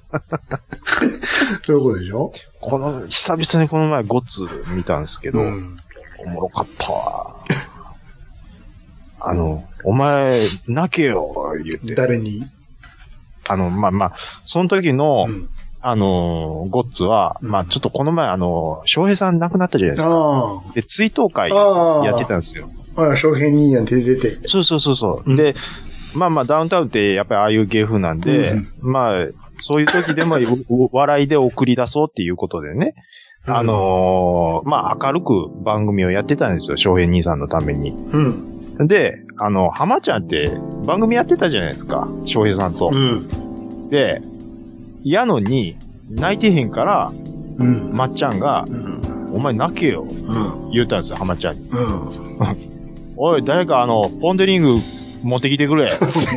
ことでしょこの、久々にこの前ゴッツ見たんですけど、うん、おもろかったわ。あの、お前、泣けよ、言って。 誰にあの、まあ、まあ、その時の、うん、あの、ゴッツは、うん、まあ、ちょっとこの前、あの、翔平さん亡くなったじゃないですか。で、追悼会やってたんですよ。 ああ、翔平にやんて出て。 そうそうそうそう、うん。で、まあまあ、ダウンタウンってやっぱりああいう芸風なんで、うん、まあ、そういう時でも笑いで送り出そうっていうことでね、うん、あのー、まあ、明るく番組をやってたんですよ、翔平兄さんのために。 うんで、あの、浜ちゃんって番組やってたじゃないですか、翔平さんと。 うん、 で、やのに、泣いてへんから、 うん、 まっちゃんが、うん、お前泣けよ、 うん、 言ったんですよ、浜ちゃんに。 うん、 おい、誰かあの、ポンデリング持ってきてくれ。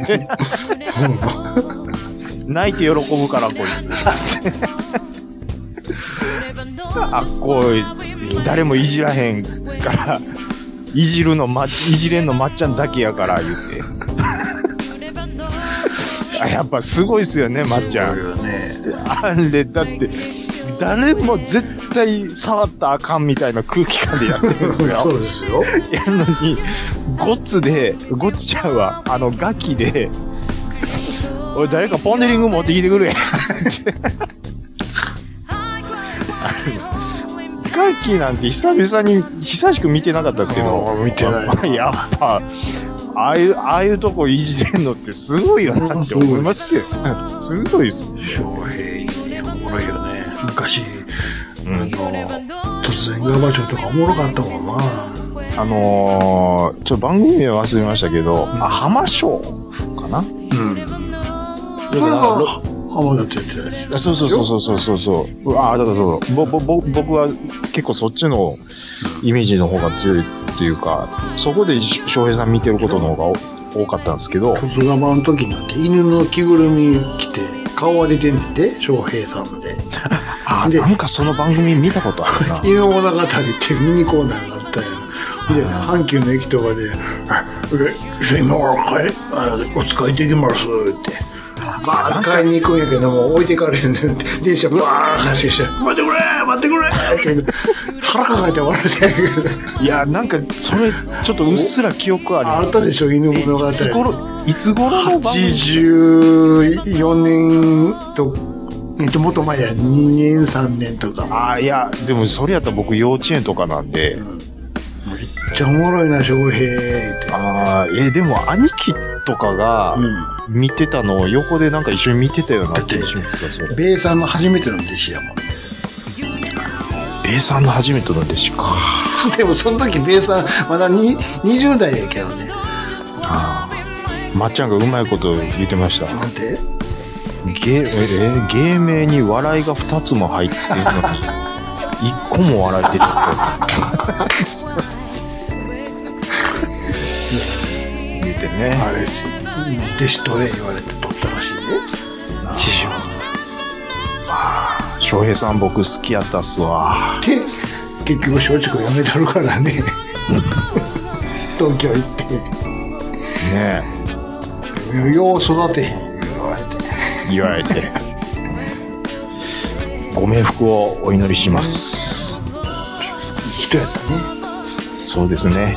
泣いて喜ぶから、こいつ。あ、こう、誰もいじらへんから、いじるの、ま、いじれんのまっちゃんだけやから言って。あ、やっぱすごいっすよね、まっちゃん。 すごいよね。 あれ、だって、誰も絶対触ったらあかんみたいな空気感でやってるんですよ。 そうですよ。 やのに、ゴッツで、ゴッツちゃんは、あの、ガキで、おい、誰かポンデリング持ってきてくれ。ガキなんて久々に、久しく見てなかったですけど。 見てない。 やっぱ、ああいう、ああいうとこいじれんのってすごいよなって思いますけど。すごいです。 翔平、おもろいよね。昔、うん、あの、突然ガバチョとかおもろかったもんな。 あのー、ちょっと番組名忘れましたけど、うん、あ、浜翔かな？うん。 それが、浜田とやってたやつ。 そうそうそうそうそうそう。ああ、だからそう。ぼ、ぼ、ぼ、僕は結構そっちのイメージの方が強いっていうか、そこで翔平さん見てることの方が多かったんですけど。 突ガバの時なんて犬の着ぐるみ着て、顔は出てんねんで、翔平さんで。 あ、なんかその番組見たことあるな。 犬物語ってミニコーナーがあったよ。で、阪急の駅とかで、今からお使いできますって。バーッと買いに行くんやけども置いてかれへんねんって電車バーッ走して待ってくれ待ってくれって腹抱えて笑ってんやけどいやなんかそれちょっとうっすら記憶あります、 ね、あったでしょ犬物語いつ頃いつ頃の番組はちじゅうよねんとえっともっと前やにねんさんねんとかああいやでもそれやったら僕幼稚園とかなんで、うん、 めっちゃおもろいな翔平ってああえー、でも兄貴とかが、うん見てたのを横でなんか一緒に見てたような気がしますよ。 ベイさんの初めての弟子やもん。 ベイさんの初めての弟子か。 でもその時ベイさんまだににじゅう代やけどね。 ああ。まっちゃんがうまいこと言ってました。 なんて？ 芸え芸名に笑いがふたつも入ってるのにいっこも笑い出てる。言ってね。 あれし。弟子取れ言われて取ったらしいね師匠にああ翔平さん僕好きやったっすわで結局松竹辞めたるからね東京行ってねえよう育てへん言われて言われてご冥福をお祈りしますいい人やったねそうですね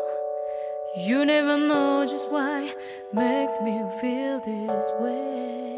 You never know just why makes me feel this way.